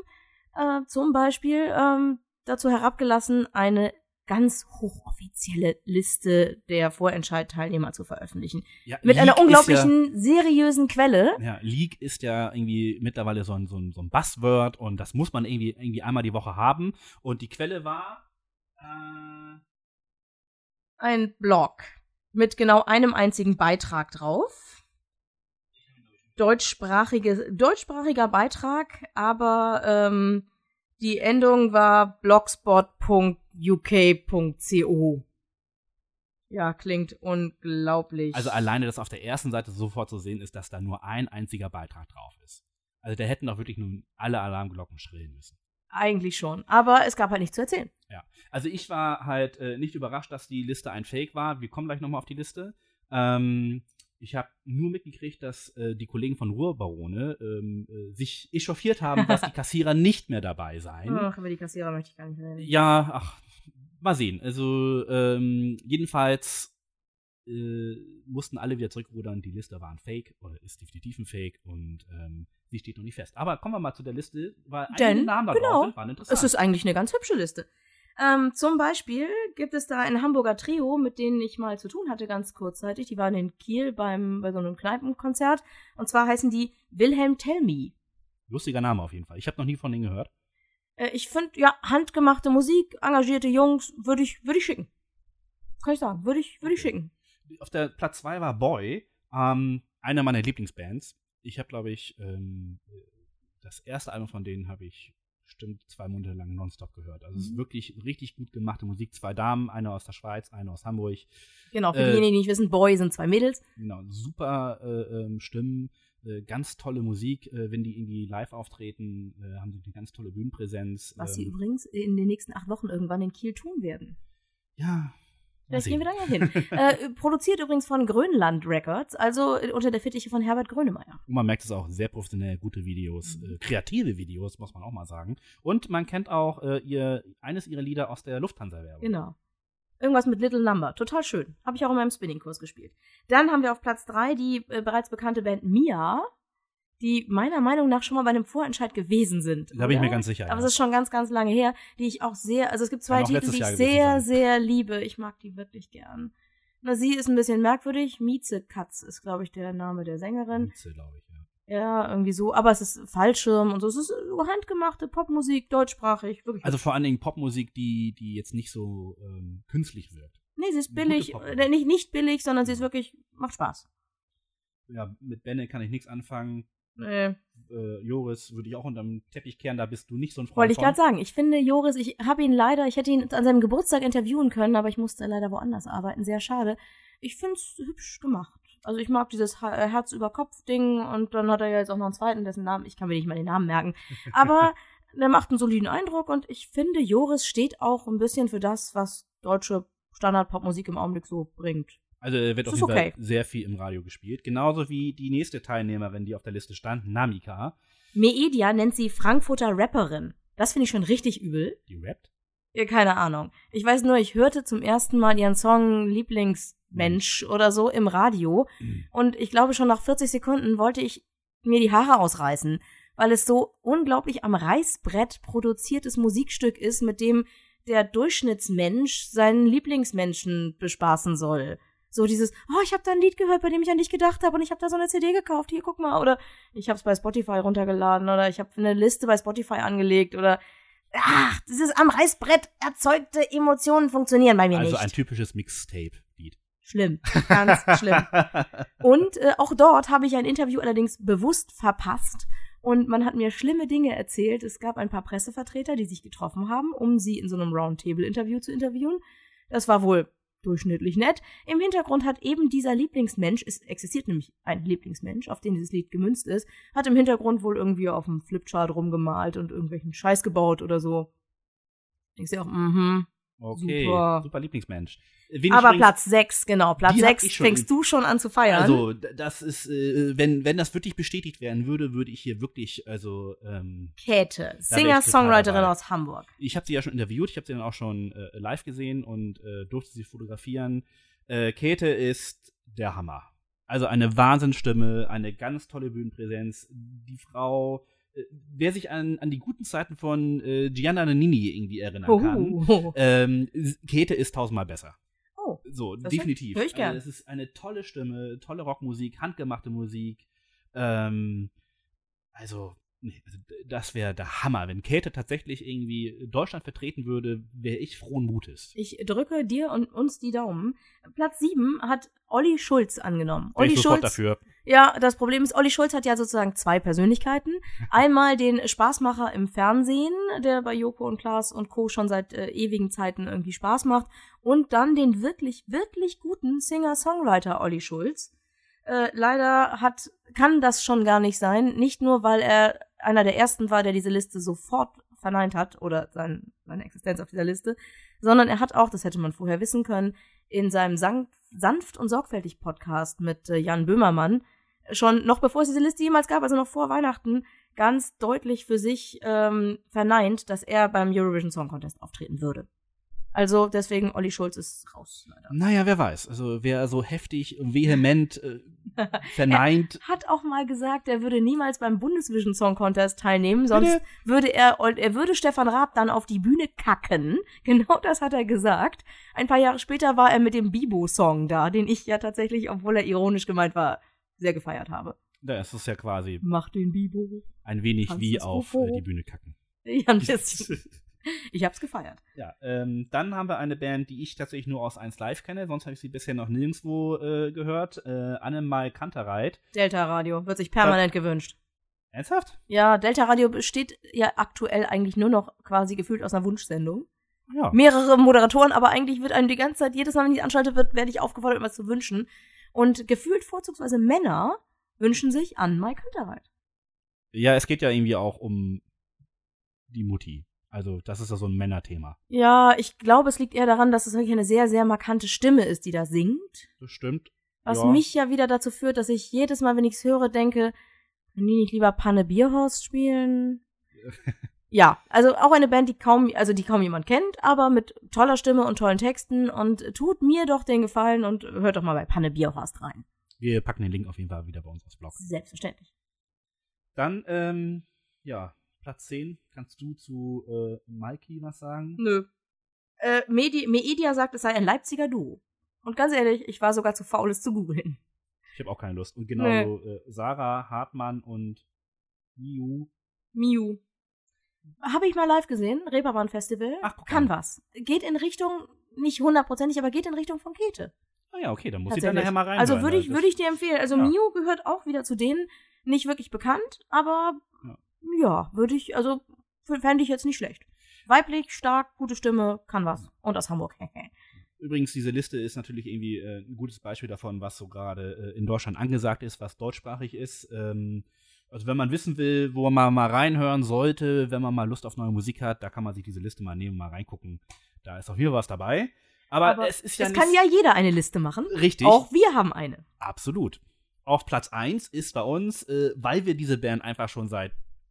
zum Beispiel dazu herabgelassen, eine ganz hochoffizielle Liste der Vorentscheid-Teilnehmer zu veröffentlichen. Ja, mit einer unglaublichen, seriösen Quelle. Ja, Leak ist ja irgendwie mittlerweile so ein Buzzword und das muss man irgendwie einmal die Woche haben. Und die Quelle war ein Blog mit genau einem einzigen Beitrag drauf. Deutschsprachiger Beitrag, aber die Endung war blogspot.uk.co. Ja, klingt unglaublich. Also alleine, dass auf der ersten Seite sofort zu sehen ist, dass da nur ein einziger Beitrag drauf ist. Also da hätten doch wirklich nun alle Alarmglocken schrillen müssen. Eigentlich schon, aber es gab halt nichts zu erzählen. Ja, also ich war halt nicht überrascht, dass die Liste ein Fake war. Wir kommen gleich nochmal auf die Liste. Ich habe nur mitgekriegt, dass die Kollegen von Ruhrbarone sich echauffiert haben, dass die Kassierer nicht mehr dabei seien. Ach, über die Kassierer möchte ich gar nicht reden. Ja, ach, mal sehen. Also jedenfalls mussten alle wieder zurückrudern. Die Liste war ein Fake oder ist definitiv ein Fake und sie steht noch nicht fest. Aber kommen wir mal zu der Liste, weil einige Namen da drauf sind, waren interessant. Es ist eigentlich eine ganz hübsche Liste. Zum Beispiel gibt es da ein Hamburger Trio, mit denen ich mal zu tun hatte, ganz kurzzeitig. Die waren in Kiel bei so einem Kneipenkonzert. Und zwar heißen die Wilhelm Tell Me. Lustiger Name auf jeden Fall. Ich habe noch nie von denen gehört. Ich finde, ja, handgemachte Musik, engagierte Jungs, würde ich schicken. Kann ich sagen, würde ich schicken. Auf der Platz 2 war Boy, einer meiner Lieblingsbands. Ich habe, glaube ich, das erste Album von denen habe ich bestimmt 2 Monate lang nonstop gehört. Also es ist wirklich richtig gut gemachte Musik. 2 Damen, eine aus der Schweiz, eine aus Hamburg. Genau, für diejenigen, die nicht wissen, Boy sind 2 Mädels. Genau, super Stimmen, ganz tolle Musik. Wenn die irgendwie live auftreten, haben sie eine ganz tolle Bühnenpräsenz. Was sie übrigens in den nächsten 8 Wochen irgendwann in Kiel tun werden. Ja. Vielleicht gehen wir da ja hin. Produziert übrigens von Grönland Records, also unter der Fittiche von Herbert Grönemeyer. Und man merkt es auch, sehr professionell, gute Videos, kreative Videos, muss man auch mal sagen. Und man kennt auch eines ihrer Lieder aus der Lufthansa-Werbung. Genau. Irgendwas mit Little Number. Total schön. Habe ich auch in meinem Spinning-Kurs gespielt. Dann haben wir auf Platz 3 die bereits bekannte Band Mia, die meiner Meinung nach schon mal bei einem Vorentscheid gewesen sind. Da bin ich mir ganz sicher. Aber es ist schon ganz, ganz lange her, die ich auch sehr, also es gibt 2 Titel, die ich sehr, sehr liebe. Ich mag die wirklich gern. Na, sie ist ein bisschen merkwürdig. Mieze Katz ist, glaube ich, der Name der Sängerin. Mieze, glaube ich, ja. Ja, irgendwie so. Aber es ist Fallschirm und so. Es ist handgemachte Popmusik, deutschsprachig. Wirklich. Also vor allen Dingen Popmusik, die jetzt nicht so künstlich wirkt. Nee, sie ist billig. Nicht billig, sondern sie ist wirklich, macht Spaß. Ja, mit Benne kann ich nichts anfangen. Nee. Joris würde ich auch unterm Teppich kehren, da bist du nicht so ein Freund. Wollte ich gerade sagen, ich finde Joris, ich hätte ihn an seinem Geburtstag interviewen können, aber ich musste leider woanders arbeiten, sehr schade. Ich finde es hübsch gemacht. Also ich mag dieses Herz-über-Kopf-Ding und dann hat er ja jetzt auch noch einen zweiten, dessen Namen, ich kann mir nicht mal den Namen merken, aber der macht einen soliden Eindruck und ich finde, Joris steht auch ein bisschen für das, was deutsche Standard-Popmusik im Augenblick so bringt. Also er wird auf jeden Fall sehr viel im Radio gespielt. Genauso wie die nächste Teilnehmerin, die auf der Liste stand, Namika. Meedia nennt sie Frankfurter Rapperin. Das finde ich schon richtig übel. Die rappt? Ja, keine Ahnung. Ich weiß nur, ich hörte zum ersten Mal ihren Song Lieblingsmensch oder so im Radio. Und ich glaube, schon nach 40 Sekunden wollte ich mir die Haare ausreißen, weil es so unglaublich am Reißbrett produziertes Musikstück ist, mit dem der Durchschnittsmensch seinen Lieblingsmenschen bespaßen soll. So dieses, ich habe da ein Lied gehört, bei dem ich an dich gedacht habe und ich habe da so eine CD gekauft, hier, guck mal. Oder ich habe es bei Spotify runtergeladen oder ich habe eine Liste bei Spotify angelegt oder dieses am Reißbrett erzeugte Emotionen funktionieren bei mir nicht. Also ein typisches Mixtape-Lied. Schlimm, ganz schlimm. Und auch dort habe ich ein Interview allerdings bewusst verpasst und man hat mir schlimme Dinge erzählt. Es gab ein paar Pressevertreter, die sich getroffen haben, um sie in so einem Roundtable-Interview zu interviewen. Das war wohl durchschnittlich nett. Im Hintergrund hat eben dieser Lieblingsmensch, es existiert nämlich ein Lieblingsmensch, auf den dieses Lied gemünzt ist, hat im Hintergrund wohl irgendwie auf dem Flipchart rumgemalt und irgendwelchen Scheiß gebaut oder so. Ich sehe auch, okay, super Lieblingsmensch. Aber Platz 6, genau, Platz 6 fängst du schon an zu feiern. Also, das ist, wenn das wirklich bestätigt werden würde, würde ich hier wirklich, Käthe, Singer-Songwriterin aus Hamburg. Ich habe sie ja schon interviewt, ich habe sie dann auch schon live gesehen und durfte sie fotografieren. Käthe ist der Hammer. Also eine Wahnsinnsstimme, eine ganz tolle Bühnenpräsenz. Die Frau, wer sich an die guten Zeiten von Gianna Nannini irgendwie erinnern kann, Käthe ist 1000-mal besser. Oh, so, definitiv. Hör ich gern. Es ist eine tolle Stimme, tolle Rockmusik, handgemachte Musik. Das wäre der Hammer. Wenn Käthe tatsächlich irgendwie Deutschland vertreten würde, wäre ich frohen Mutes. Ich drücke dir und uns die Daumen. Platz 7 hat Olli Schulz angenommen. Bin ich sofort dafür. Ja, das Problem ist, Olli Schulz hat ja sozusagen 2 Persönlichkeiten. Einmal den Spaßmacher im Fernsehen, der bei Joko und Klaas und Co. schon seit ewigen Zeiten irgendwie Spaß macht. Und dann den wirklich, wirklich guten Singer-Songwriter Olli Schulz. Leider kann das schon gar nicht sein. Nicht nur, weil er einer der ersten war, der diese Liste sofort verneint hat oder seine Existenz auf dieser Liste, sondern er hat auch, das hätte man vorher wissen können, in seinem Sanft und sorgfältig Podcast mit Jan Böhmermann schon noch bevor es diese Liste jemals gab, also noch vor Weihnachten, ganz deutlich für sich verneint, dass er beim Eurovision Song Contest auftreten würde. Also deswegen, Olli Schulz ist raus, leider. Naja, wer weiß. Also wer so heftig und vehement verneint. Er hat auch mal gesagt, er würde niemals beim Bundesvision Song Contest teilnehmen, sonst würde er würde Stefan Raab dann auf die Bühne kacken. Genau das hat er gesagt. Ein paar Jahre später war er mit dem Bibo-Song da, den ich ja tatsächlich, obwohl er ironisch gemeint war, sehr gefeiert habe. Ja, es ist ja quasi Mach den Bibo. Ein wenig wie auf die Bühne kacken. Ja, ein bisschen. Ich hab's gefeiert. Ja, dann haben wir eine Band, die ich tatsächlich nur aus 1 Live kenne, sonst habe ich sie bisher noch nirgendwo gehört. Annemal Kantereit. Delta Radio, wird sich permanent gewünscht. Ernsthaft? Ja, Delta Radio besteht ja aktuell eigentlich nur noch quasi gefühlt aus einer Wunschsendung. Ja. Mehrere Moderatoren, aber eigentlich wird einem die ganze Zeit, jedes Mal, wenn ich anschalte, werde ich aufgefordert, etwas zu wünschen. Und gefühlt vorzugsweise Männer wünschen sich Annemal Kantereit. Ja, es geht ja irgendwie auch um die Mutti. Also, das ist ja so ein Männerthema. Ja, ich glaube, es liegt eher daran, dass es wirklich eine sehr, sehr markante Stimme ist, die da singt. Das stimmt. Was mich ja wieder dazu führt, dass ich jedes Mal, wenn ich es höre, denke, können die nicht lieber Panne Bierhorst spielen? Ja, also auch eine Band, die kaum jemand kennt, aber mit toller Stimme und tollen Texten und tut mir doch den Gefallen und hört doch mal bei Panne Biohorst rein. Wir packen den Link auf jeden Fall wieder bei uns aufs Blog. Selbstverständlich. Dann, Platz 10. Kannst du zu Mikey was sagen? Nö. Meedia sagt, es sei ein Leipziger Duo. Und ganz ehrlich, ich war sogar zu faul, es zu googeln. Ich habe auch keine Lust. Und genauso Sarah, Hartmann und Miu. Habe ich mal live gesehen, Reeperbahn Festival. Ach, guck kann an. was. Geht in Richtung, nicht 100%, aber geht in Richtung von Käthe. Ah ja, okay, dann muss ich dann nachher mal rein. Also würde ich dir empfehlen. Also ja. Miu gehört auch wieder zu denen, nicht wirklich bekannt, aber ja, fände ich jetzt nicht schlecht. Weiblich, stark, gute Stimme, kann was. Und aus Hamburg. Übrigens, diese Liste ist natürlich irgendwie ein gutes Beispiel davon, was so gerade in Deutschland angesagt ist, was deutschsprachig ist. Also wenn man wissen will, wo man mal reinhören sollte, wenn man mal Lust auf neue Musik hat, da kann man sich diese Liste mal nehmen, mal reingucken. Da ist auf jeden Fall was dabei. Aber es ist ja nicht... Es kann ja jeder eine Liste machen. Richtig. Auch wir haben eine. Absolut. Auf Platz 1 ist bei uns, weil wir diese Band einfach schon seit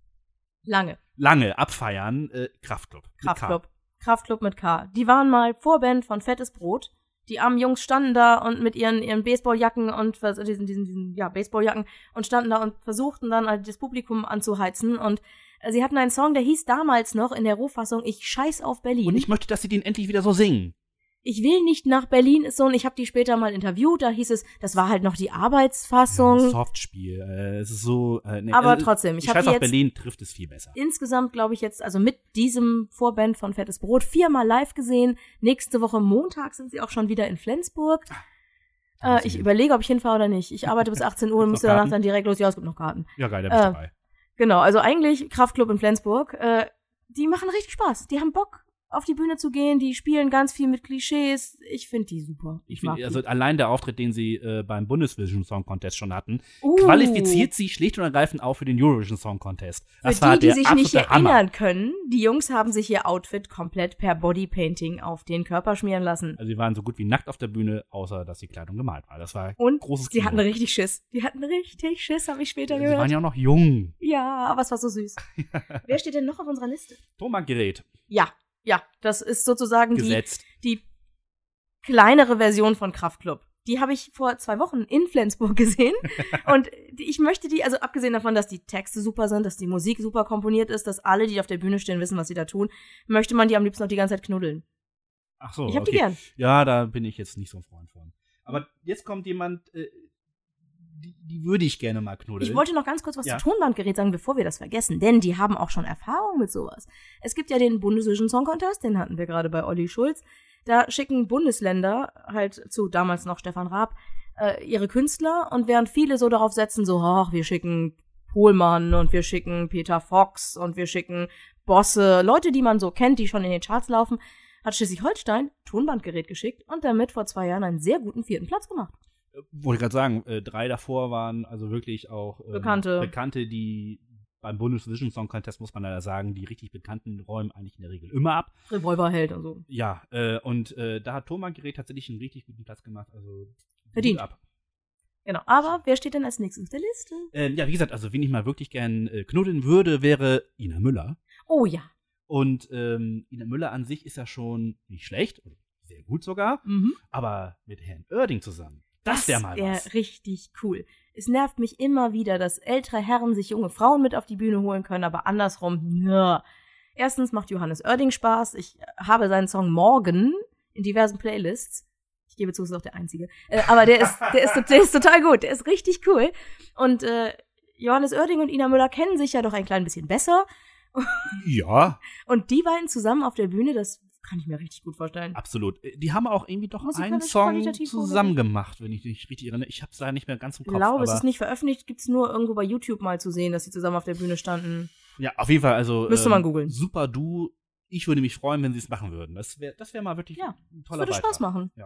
lange abfeiern, Kraftklub. Kraftklub mit K. Die waren mal Vorband von Fettes Brot. Die armen Jungs standen da und mit ihren Baseballjacken und diesen Baseballjacken und standen da und versuchten dann halt das Publikum anzuheizen. Und sie hatten einen Song, der hieß damals noch in der Rohfassung Ich scheiß auf Berlin. Und ich möchte, dass sie den endlich wieder so singen. Ich will nicht nach Berlin ist so, und ich habe die später mal interviewt, da hieß es, das war halt noch die Arbeitsfassung. Ja, Softspiel, es ist so. Aber trotzdem, ich habe Scheiß auf Berlin trifft es viel besser. Insgesamt glaube ich jetzt, also mit diesem Vorband von Fettes Brot 4-mal live gesehen. Nächste Woche Montag sind sie auch schon wieder in Flensburg. Ich überlege, ob ich hinfahre oder nicht. Ich arbeite bis 18 Uhr und müsste danach dann direkt los. Ja, es gibt noch Karten. Ja, geil, da bist du dabei. Genau, also eigentlich Kraftklub in Flensburg. Die machen richtig Spaß. Die haben Bock, auf die Bühne zu gehen, die spielen ganz viel mit Klischees. Ich finde die super. Also allein der Auftritt, den sie beim Bundesvision Song Contest schon hatten, qualifiziert sie schlicht und ergreifend auch für den Eurovision Song Contest. Das für war die der sich nicht absolute erinnern können, die Jungs haben sich ihr Outfit komplett per Bodypainting auf den Körper schmieren lassen. Also sie waren so gut wie nackt auf der Bühne, außer dass die Kleidung gemalt war. Das war und großes Kino. Sie hatten richtig Schiss. habe ich später gehört. Sie waren ja auch noch jung. Ja, aber es war so süß. Wer steht denn noch auf unserer Liste? Tonbandgerät. Ja, das ist sozusagen gesetzt. Die kleinere Version von Kraftklub. Die habe ich vor 2 Wochen in Flensburg gesehen. Und ich möchte die, also abgesehen davon, dass die Texte super sind, dass die Musik super komponiert ist, dass alle, die auf der Bühne stehen, wissen, was sie da tun, möchte man die am liebsten noch die ganze Zeit knuddeln. Ach so, ich hab die gern. Ja, da bin ich jetzt nicht so ein Freund von. Aber jetzt kommt jemand, die würde ich gerne mal knuddeln. Ich wollte noch ganz kurz was zu Tonbandgerät sagen, bevor wir das vergessen, denn die haben auch schon Erfahrung mit sowas. Es gibt ja den Bundesvision Song Contest, den hatten wir gerade bei Olli Schulz. Da schicken Bundesländer halt zu damals noch Stefan Raab ihre Künstler, und während viele so darauf setzen, so, wir schicken Pohlmann und wir schicken Peter Fox und wir schicken Bosse, Leute, die man so kennt, die schon in den Charts laufen, hat Schleswig-Holstein Tonbandgerät geschickt und damit vor 2 Jahren einen sehr guten 4. Platz gemacht. Wollte gerade sagen, 3 davor waren also wirklich auch Bekannte, die beim Bundesvision Song Contest, muss man leider sagen, die richtig Bekannten räumen eigentlich in der Regel immer ab. Revolverheld und so. Ja, und da hat Tonbandgerät tatsächlich einen richtig guten Platz gemacht, also verdient. Ab. Genau, aber wer steht denn als nächstes auf der Liste? Ja, wie gesagt, also wen ich mal wirklich gern knuddeln würde, wäre Ina Müller. Oh ja. Und Ina Müller an sich ist ja schon nicht schlecht, sehr gut sogar, aber mit Herrn Oerding zusammen. Das wäre mal was. Das wäre richtig cool. Es nervt mich immer wieder, dass ältere Herren sich junge Frauen mit auf die Bühne holen können, aber andersrum, Erstens macht Johannes Oerding Spaß. Ich habe seinen Song Morgen in diversen Playlists. Ich gebe zu, es ist auch der einzige. Aber der ist total gut. Der ist richtig cool. Und Johannes Oerding und Ina Müller kennen sich ja doch ein klein bisschen besser. Ja. Und die beiden zusammen auf der Bühne, das kann ich mir richtig gut vorstellen. Absolut. Die haben auch irgendwie doch einen Song zusammen gemacht, wenn ich mich richtig erinnere. Ich habe es da nicht mehr ganz im Kopf. Ich glaube, es ist nicht veröffentlicht, gibt es nur irgendwo bei YouTube mal zu sehen, dass sie zusammen auf der Bühne standen. Ja, auf jeden Fall. Also müsste man googeln. Super Duo. Ich würde mich freuen, wenn sie es machen würden. Das wär mal wirklich ein toller Beitrag. Würde Spaß machen. Ja.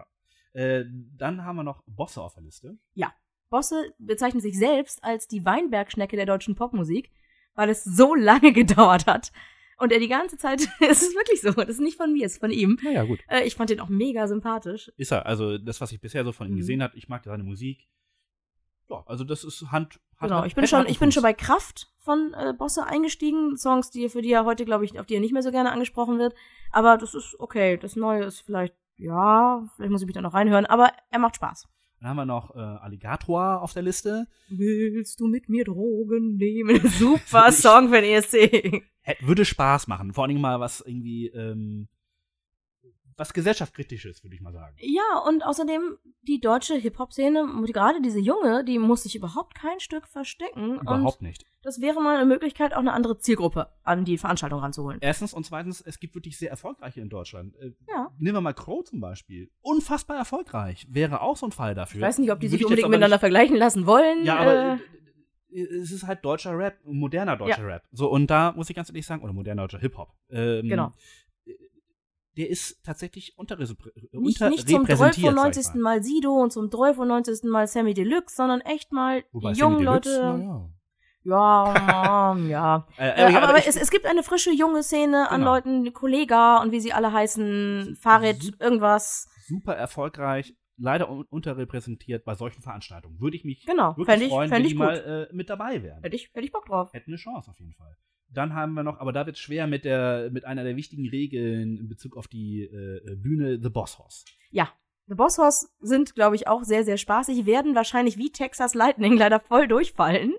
Dann haben wir noch Bosse auf der Liste. Ja. Bosse bezeichnet sich selbst als die Weinbergschnecke der deutschen Popmusik, weil es so lange gedauert hat. Und er die ganze Zeit, es ist wirklich so, das ist nicht von mir, es ist von ihm. Ja, gut. Ich fand den auch mega sympathisch. Ist er, also das, was ich bisher so von ihm gesehen habe, ich mag seine Musik. Ja, also das ist Hand. Genau, ich bin schon bei Kraft von Bosse eingestiegen. Songs, für die er heute, glaube ich, auf die er nicht mehr so gerne angesprochen wird. Aber das ist okay. Das Neue ist vielleicht muss ich mich da noch reinhören. Aber er macht Spaß. Dann haben wir noch Alligator auf der Liste. Willst du mit mir Drogen nehmen? Super Song für den ESC. Würde Spaß machen. Vor allem mal was irgendwie was gesellschaftskritisches, würde ich mal sagen. Ja, und außerdem die deutsche Hip-Hop-Szene, gerade diese Junge, die muss sich überhaupt kein Stück verstecken. Überhaupt nicht. Das wäre mal eine Möglichkeit, auch eine andere Zielgruppe an die Veranstaltung ranzuholen. Erstens und zweitens, es gibt wirklich sehr erfolgreiche in Deutschland. Ja. Nehmen wir mal Crow zum Beispiel. Unfassbar erfolgreich. Wäre auch so ein Fall dafür. Ich weiß nicht, ob die sich unbedingt miteinander vergleichen lassen wollen. Ja, aber es ist halt deutscher Rap, moderner deutscher Rap. So, und da muss ich ganz ehrlich sagen, oder moderner deutscher Hip-Hop. Genau. Der ist tatsächlich unterrepräsentiert. Nicht zum 93. Mal Sido und zum 93. Mal Sammy Deluxe, sondern echt mal Wobei die jungen Sammy Deluxe, Leute. Ja. Aber es gibt eine frische, junge Szene an Leuten, Kollega und wie sie alle heißen, Farid, irgendwas. Super erfolgreich, leider unterrepräsentiert bei solchen Veranstaltungen. Würde ich mich wirklich freuen, wenn die mal mit dabei wären. Hätte ich Bock drauf. Hätten eine Chance auf jeden Fall. Dann haben wir noch, aber da wird es schwer mit einer der wichtigen Regeln in Bezug auf die Bühne, The Boss Hoss. Ja, The Boss Hoss sind, glaube ich, auch sehr, sehr spaßig, werden wahrscheinlich wie Texas Lightning leider voll durchfallen.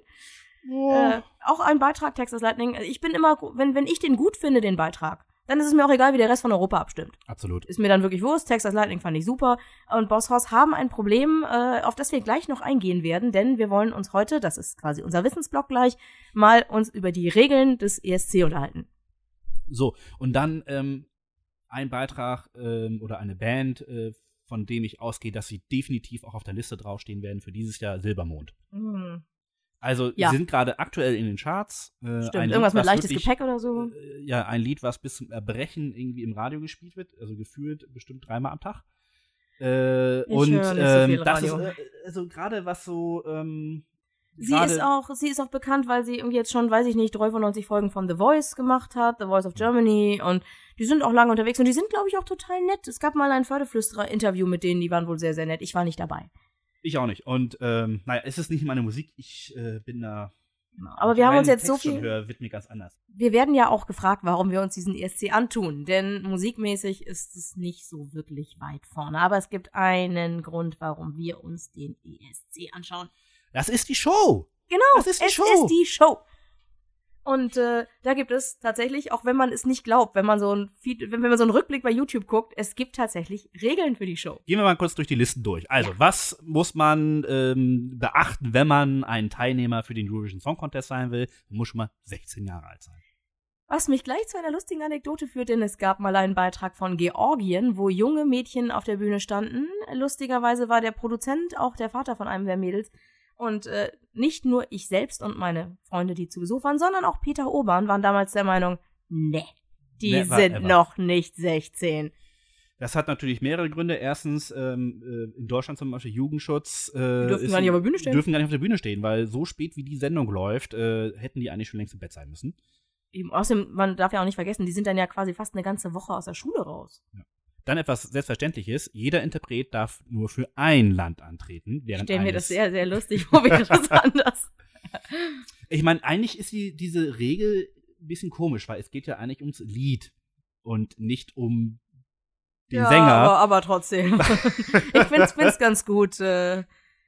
Auch ein Beitrag Texas Lightning. Ich bin immer, wenn ich den gut finde, den Beitrag, dann ist es mir auch egal, wie der Rest von Europa abstimmt. Absolut. Ist mir dann wirklich Wurst. Texas Lightning fand ich super. Und Boss Hoss haben ein Problem, auf das wir gleich noch eingehen werden, denn wir wollen uns heute, das ist quasi unser Wissensblock gleich, mal uns über die Regeln des ESC unterhalten. So, und dann ein Beitrag oder eine Band, von dem ich ausgehe, dass sie definitiv auch auf der Liste draufstehen werden für dieses Jahr, Silbermond. Mhm. Also, sie sind gerade aktuell in den Charts. Stimmt, irgendwas mit leichtes Gepäck oder so. Ein Lied, was bis zum Erbrechen irgendwie im Radio gespielt wird, also gefühlt bestimmt 3-mal am Tag. Das ist, also gerade was so, sie ist auch bekannt, weil sie irgendwie jetzt schon, weiß ich nicht, 93 Folgen von The Voice gemacht hat, The Voice of Germany, und die sind auch lange unterwegs und die sind, glaube ich, auch total nett. Es gab mal ein Förderflüsterer-Interview mit denen, die waren wohl sehr, sehr nett. Ich war nicht dabei. Ich auch nicht. Und es ist nicht meine Musik. Ich bin da. Genau. Aber wir haben uns jetzt Text so viel. Wird mir ganz anders. Wir werden ja auch gefragt, warum wir uns diesen ESC antun. Denn musikmäßig ist es nicht so wirklich weit vorne. Aber es gibt einen Grund, warum wir uns den ESC anschauen. Das ist die Show! Genau, das ist die Show. Ist die Show. Und da gibt es tatsächlich, auch wenn man es nicht glaubt, wenn man so einen Rückblick bei YouTube guckt, es gibt tatsächlich Regeln für die Show. Gehen wir mal kurz durch die Listen durch. Also, was muss man beachten, wenn man ein Teilnehmer für den Eurovision Song Contest sein will? Man muss schon mal 16 Jahre alt sein. Was mich gleich zu einer lustigen Anekdote führt, denn es gab mal einen Beitrag von Georgien, wo junge Mädchen auf der Bühne standen. Lustigerweise war der Produzent auch der Vater von einem der Mädels. Und nicht nur ich selbst und meine Freunde, die zu Besuch waren, sondern auch Peter Urban waren damals der Meinung, die sind noch nicht 16. Das hat natürlich mehrere Gründe. Erstens, in Deutschland zum Beispiel Jugendschutz. Die dürfen gar nicht auf der Bühne stehen. Dürfen gar nicht auf der Bühne stehen, weil so spät wie die Sendung läuft, hätten die eigentlich schon längst im Bett sein müssen. Eben, außerdem, man darf ja auch nicht vergessen, die sind dann ja quasi fast eine ganze Woche aus der Schule raus. Ja. Dann etwas Selbstverständliches, jeder Interpret darf nur für ein Land antreten. Ich stelle mir das sehr, sehr lustig vor, wie das anders. Ich meine, eigentlich ist diese Regel ein bisschen komisch, weil es geht ja eigentlich ums Lied und nicht um den Sänger. Aber trotzdem. Ich find's ganz gut. Ja,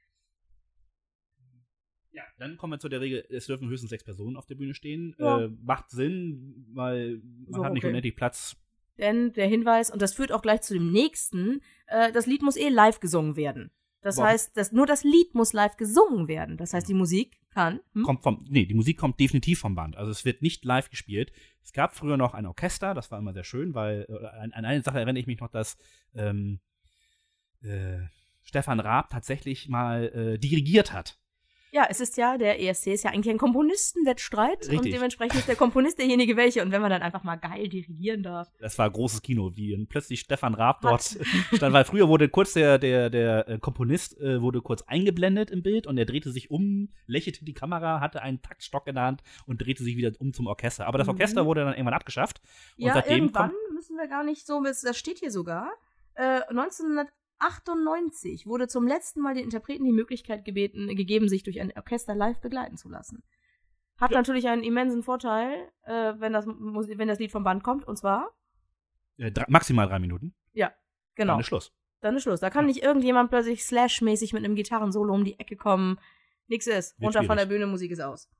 dann kommen wir zu der Regel, es dürfen höchstens 6 Personen auf der Bühne stehen. Ja. Macht Sinn, weil man hat nicht unendlich Platz. Denn der Hinweis, und das führt auch gleich zu dem nächsten, das Lied muss live gesungen werden. Das heißt, nur das Lied muss live gesungen werden. Das heißt, die Musik kann. Die Musik kommt definitiv vom Band. Also es wird nicht live gespielt. Es gab früher noch ein Orchester, das war immer sehr schön, weil an eine Sache erinnere ich mich noch, dass Stefan Raab tatsächlich mal dirigiert hat. Ja, der ESC ist ja eigentlich ein Komponistenwettstreit. Richtig. Und dementsprechend ist der Komponist derjenige welche. Und wenn man dann einfach mal geil dirigieren darf. Das war großes Kino, wie plötzlich Stefan Raab dort stand, weil früher wurde kurz der Komponist wurde kurz eingeblendet im Bild und er drehte sich um, lächelte die Kamera, hatte einen Taktstock in der Hand und drehte sich wieder um zum Orchester. Aber das Orchester wurde dann irgendwann abgeschafft. Und ja, seitdem irgendwann müssen wir gar nicht so, das steht hier sogar, 1998 wurde zum letzten Mal den Interpreten die Möglichkeit gegeben, sich durch ein Orchester live begleiten zu lassen. Hat natürlich einen immensen Vorteil, wenn das Lied vom Band kommt, und zwar maximal 3 Minuten. Ja, genau. Dann ist Schluss. Da kann nicht irgendjemand plötzlich Slash-mäßig mit einem Gitarrensolo um die Ecke kommen. Nix ist. Runter von der Bühne, Musik ist aus.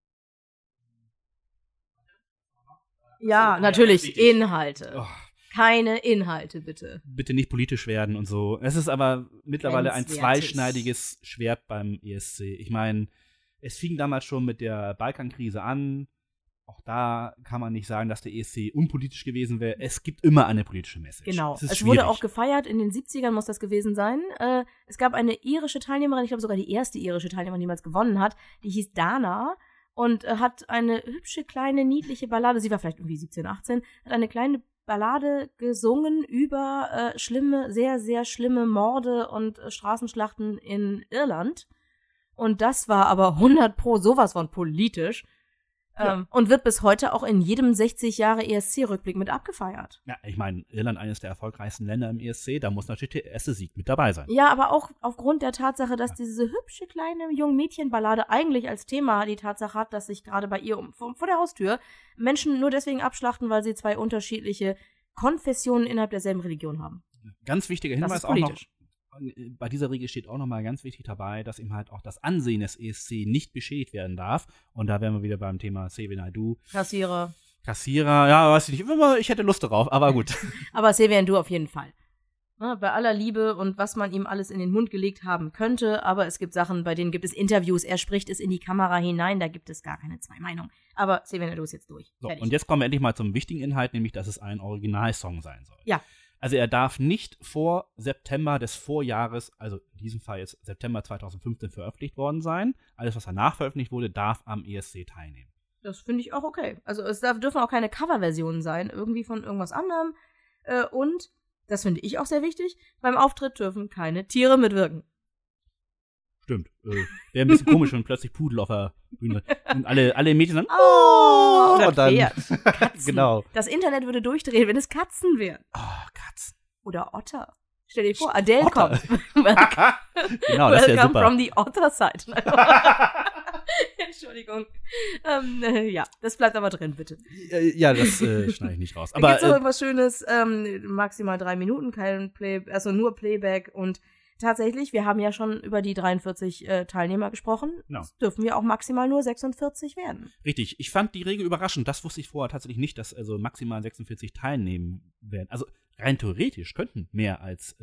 Ja, natürlich. Inhalte. Oh. Keine Inhalte, bitte. Bitte nicht politisch werden und so. Es ist aber mittlerweile ein zweischneidiges Schwert beim ESC. Ich meine, es fing damals schon mit der Balkankrise an. Auch da kann man nicht sagen, dass der ESC unpolitisch gewesen wäre. Es gibt immer eine politische Message. Genau. Es wurde auch gefeiert, in den 70ern muss das gewesen sein. Es gab eine irische Teilnehmerin, ich glaube sogar die erste irische Teilnehmerin, die jemals gewonnen hat. Die hieß Dana und hat eine hübsche, kleine, niedliche Ballade, sie war vielleicht irgendwie 17, 18, hat eine kleine Ballade gesungen über schlimme, sehr, sehr schlimme Morde und Straßenschlachten in Irland. Und das war aber 100% sowas von politisch. Ja. Und wird bis heute auch in jedem 60 Jahre ESC-Rückblick mit abgefeiert. Ja, ich meine, Irland, eines der erfolgreichsten Länder im ESC, da muss natürlich der erste Sieg mit dabei sein. Ja, aber auch aufgrund der Tatsache, dass diese hübsche kleine Jungmädchenballade eigentlich als Thema die Tatsache hat, dass sich gerade bei ihr vor der Haustür Menschen nur deswegen abschlachten, weil sie zwei unterschiedliche Konfessionen innerhalb derselben Religion haben. Ganz wichtiger Hinweis auch noch. Bei dieser Regel steht auch nochmal ganz wichtig dabei, dass eben halt auch das Ansehen des ESC nicht beschädigt werden darf. Und da wären wir wieder beim Thema Xavier Naidoo. Kassierer, ja, weiß ich nicht. Ich hätte Lust darauf, aber gut. Aber Xavier Naidoo auf jeden Fall. Ja, bei aller Liebe und was man ihm alles in den Mund gelegt haben könnte, aber es gibt Sachen, bei denen gibt es Interviews, er spricht es in die Kamera hinein, da gibt es gar keine zwei Meinungen. Aber Xavier Naidoo ist jetzt durch. So, und jetzt kommen wir endlich mal zum wichtigen Inhalt, nämlich, dass es ein Originalsong sein soll. Ja. Also er darf nicht vor September des Vorjahres, also in diesem Fall jetzt September 2015 veröffentlicht worden sein. Alles, was danach veröffentlicht wurde, darf am ESC teilnehmen. Das finde ich auch okay. Also es dürfen auch keine Coverversionen sein, irgendwie von irgendwas anderem. Und, das finde ich auch sehr wichtig, beim Auftritt dürfen keine Tiere mitwirken. Stimmt. Wäre ein bisschen komisch, wenn plötzlich Pudel auf der Bühne und alle Mädchen sagen, oh, oder dann. Katzen. Genau. Das Internet würde durchdrehen, wenn es Katzen wären. Oh, Katzen. Oder Otter. Stell dir vor, Adele Otter. kommt. Genau, das wäre super. Welcome from the Otter side. Entschuldigung. Ja, das bleibt aber drin, bitte. Ja, das schneide ich nicht raus. Aber gibt es noch irgendwas Schönes, maximal 3 Minuten, kein also nur Playback und tatsächlich, wir haben ja schon über die 43 Teilnehmer gesprochen. No. Es dürfen wir auch maximal nur 46 werden. Richtig. Ich fand die Regel überraschend. Das wusste ich vorher tatsächlich nicht, dass also maximal 46 teilnehmen werden. Also rein theoretisch könnten mehr als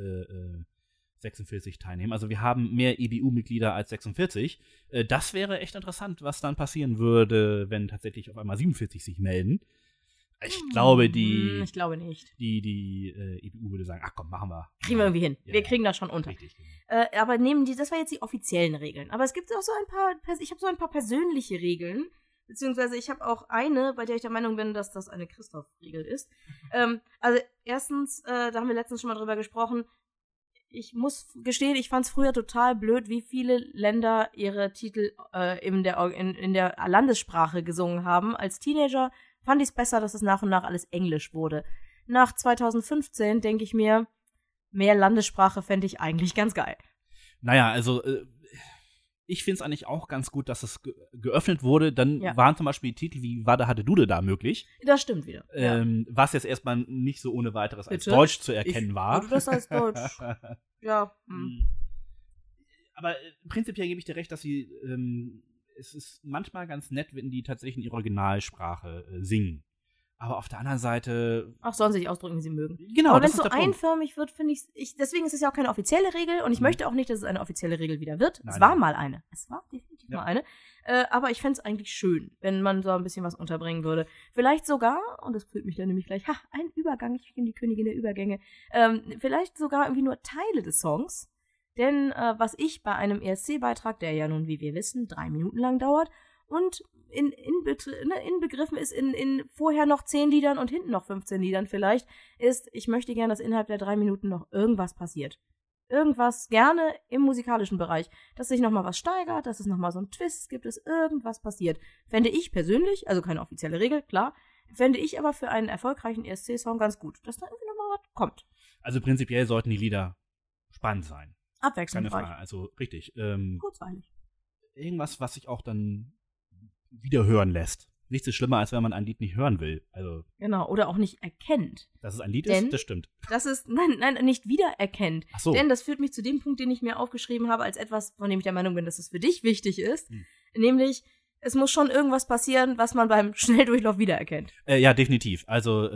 46 teilnehmen. Also wir haben mehr EBU-Mitglieder als 46. Das wäre echt interessant, was dann passieren würde, wenn tatsächlich auf einmal 47 sich melden. Ich glaube nicht. Die EBU würde sagen, ach komm, machen wir. Kriegen wir irgendwie hin. Ja, wir kriegen das schon unter. Richtig, genau. Aber das war jetzt die offiziellen Regeln. Aber es gibt auch so ich habe so ein paar persönliche Regeln. Beziehungsweise ich habe auch eine, bei der ich der Meinung bin, dass das eine Christoph-Regel ist. Also erstens, da haben wir letztens schon mal drüber gesprochen, ich muss gestehen, ich fand es früher total blöd, wie viele Länder ihre Titel in der Landessprache gesungen haben. Als Teenager fand ich es besser, dass es nach und nach alles Englisch wurde. Nach 2015 denke ich mir, mehr Landessprache fände ich eigentlich ganz geil. Naja, also ich finde es eigentlich auch ganz gut, dass es geöffnet wurde. Dann waren zum Beispiel Titel wie Wada hatte Dude da möglich. Das stimmt wieder. Was jetzt erstmal nicht so ohne weiteres als Deutsch zu erkennen war. Würde das als Deutsch? Ja. Aber prinzipiell gebe ich dir recht, dass sie es ist manchmal ganz nett, wenn die tatsächlich in ihrer Originalsprache singen. Aber auf der anderen Seite sollen sie sich ausdrücken, wie sie mögen. Genau, aber wenn es so einförmig wird, finde ich, deswegen ist es ja auch keine offizielle Regel und ich möchte auch nicht, dass es eine offizielle Regel wieder wird. Es war mal eine. Es war definitiv mal eine. Aber ich fände es eigentlich schön, wenn man so ein bisschen was unterbringen würde. Vielleicht sogar, und das fühlt mich dann nämlich gleich, ein Übergang, ich bin die Königin der Übergänge, vielleicht sogar irgendwie nur Teile des Songs. Denn was ich bei einem ESC-Beitrag, der ja nun, wie wir wissen, 3 Minuten lang dauert und inbegriffen ist in vorher noch 10 Liedern und hinten noch 15 Liedern vielleicht, ist, ich möchte gerne, dass innerhalb der 3 Minuten noch irgendwas passiert. Irgendwas, gerne im musikalischen Bereich. Dass sich nochmal was steigert, dass es nochmal so einen Twist gibt, dass irgendwas passiert. Fände ich persönlich, also keine offizielle Regel, klar, fände ich aber für einen erfolgreichen ESC-Song ganz gut, dass da irgendwie nochmal was kommt. Also prinzipiell sollten die Lieder spannend sein. Keine Abwechslungsreich. Frage. Also richtig. Kurzweilig. Irgendwas, was sich auch dann wieder hören lässt. Nichts ist schlimmer, als wenn man ein Lied nicht hören will. Also, Genau, oder auch nicht erkennt. dass es ein Lied Denn- ist, das stimmt. Das ist, nein, nicht wiedererkennt. Ach so. Denn das führt mich zu dem Punkt, den ich mir aufgeschrieben habe, als etwas, von dem ich der Meinung bin, dass es für dich wichtig ist. Nämlich, es muss schon irgendwas passieren, was man beim Schnelldurchlauf wiedererkennt. Ja, definitiv. Also,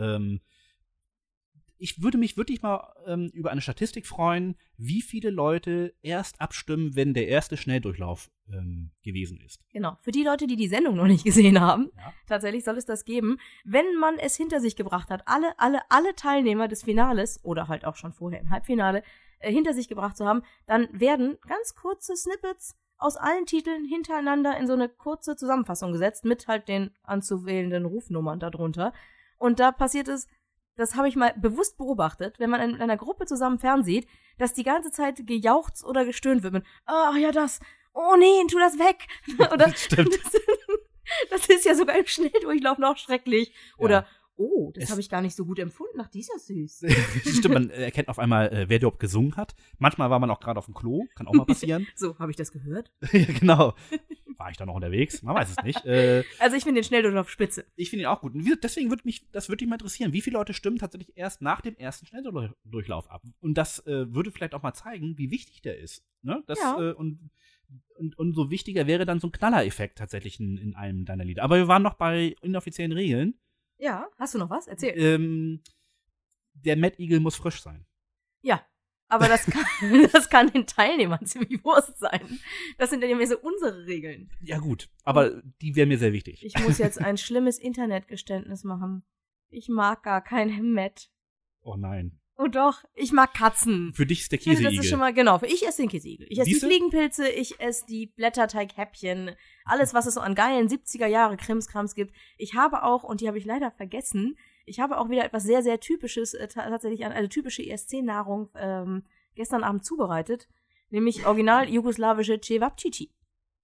ich würde mich wirklich mal über eine Statistik freuen, wie viele Leute erst abstimmen, wenn der erste Schnelldurchlauf gewesen ist. Genau. Für die Leute, die die Sendung noch nicht gesehen haben, Ja. tatsächlich soll es das geben. Wenn man es hinter sich gebracht hat, alle Teilnehmer des Finales oder halt auch schon vorher im Halbfinale hinter sich gebracht zu haben, dann werden ganz kurze Snippets aus allen Titeln hintereinander in so eine kurze Zusammenfassung gesetzt mit halt den anzuwählenden Rufnummern darunter. Und da passiert es, das habe ich mal bewusst beobachtet, wenn man in einer Gruppe zusammen fernsieht, dass die ganze Zeit gejauchzt oder gestöhnt wird mit, ah ja das, oh nee, tu das weg. Oder Stimmt. das ist ja sogar im Schnelldurchlauf noch schrecklich. Oder, Ja. oh, das Es- habe ich gar nicht so gut empfunden. Ach, die ist ja süß. Stimmt, man erkennt auf einmal, wer überhaupt gesungen hat. Manchmal war man auch gerade auf dem Klo, kann auch mal passieren. So, habe ich das gehört? Ja, genau. War ich da noch unterwegs? Man weiß es nicht. Also ich finde den Schnelldurchlauf spitze. Ich finde ihn auch gut. Und wie gesagt, deswegen würde mich mal interessieren, wie viele Leute stimmen tatsächlich erst nach dem ersten Schnelldurchlauf ab. Und das würde vielleicht auch mal zeigen, wie wichtig der ist. Ne? Das, Ja. Und so wichtiger wäre dann so ein Knallereffekt tatsächlich in einem deiner Lieder. Aber wir waren noch bei inoffiziellen Regeln. Ja, hast du noch was? Erzähl. Der Mad Eagle muss frisch sein. Ja, aber das kann den Teilnehmern ziemlich Wurst sein. Das sind ja immer so unsere Regeln. Ja gut, aber die wäre mir sehr wichtig. Ich muss jetzt ein schlimmes Internetgeständnis machen. Ich mag gar kein Hemmet. Oh nein. Oh doch, ich mag Katzen. Für dich ist der Ich finde, das Käseigel. ist schon mal, genau, ich esse den Käseigel. Ich esse die Siehste? Fliegenpilze, ich esse die Blätterteighäppchen, alles, was es so an geilen 70er-Jahre-Krimskrams gibt. Ich habe auch, und die habe ich leider vergessen, ich habe auch wieder etwas sehr, sehr Typisches, tatsächlich eine typische ESC-Nahrung gestern Abend zubereitet, nämlich original jugoslawische Cevapcici.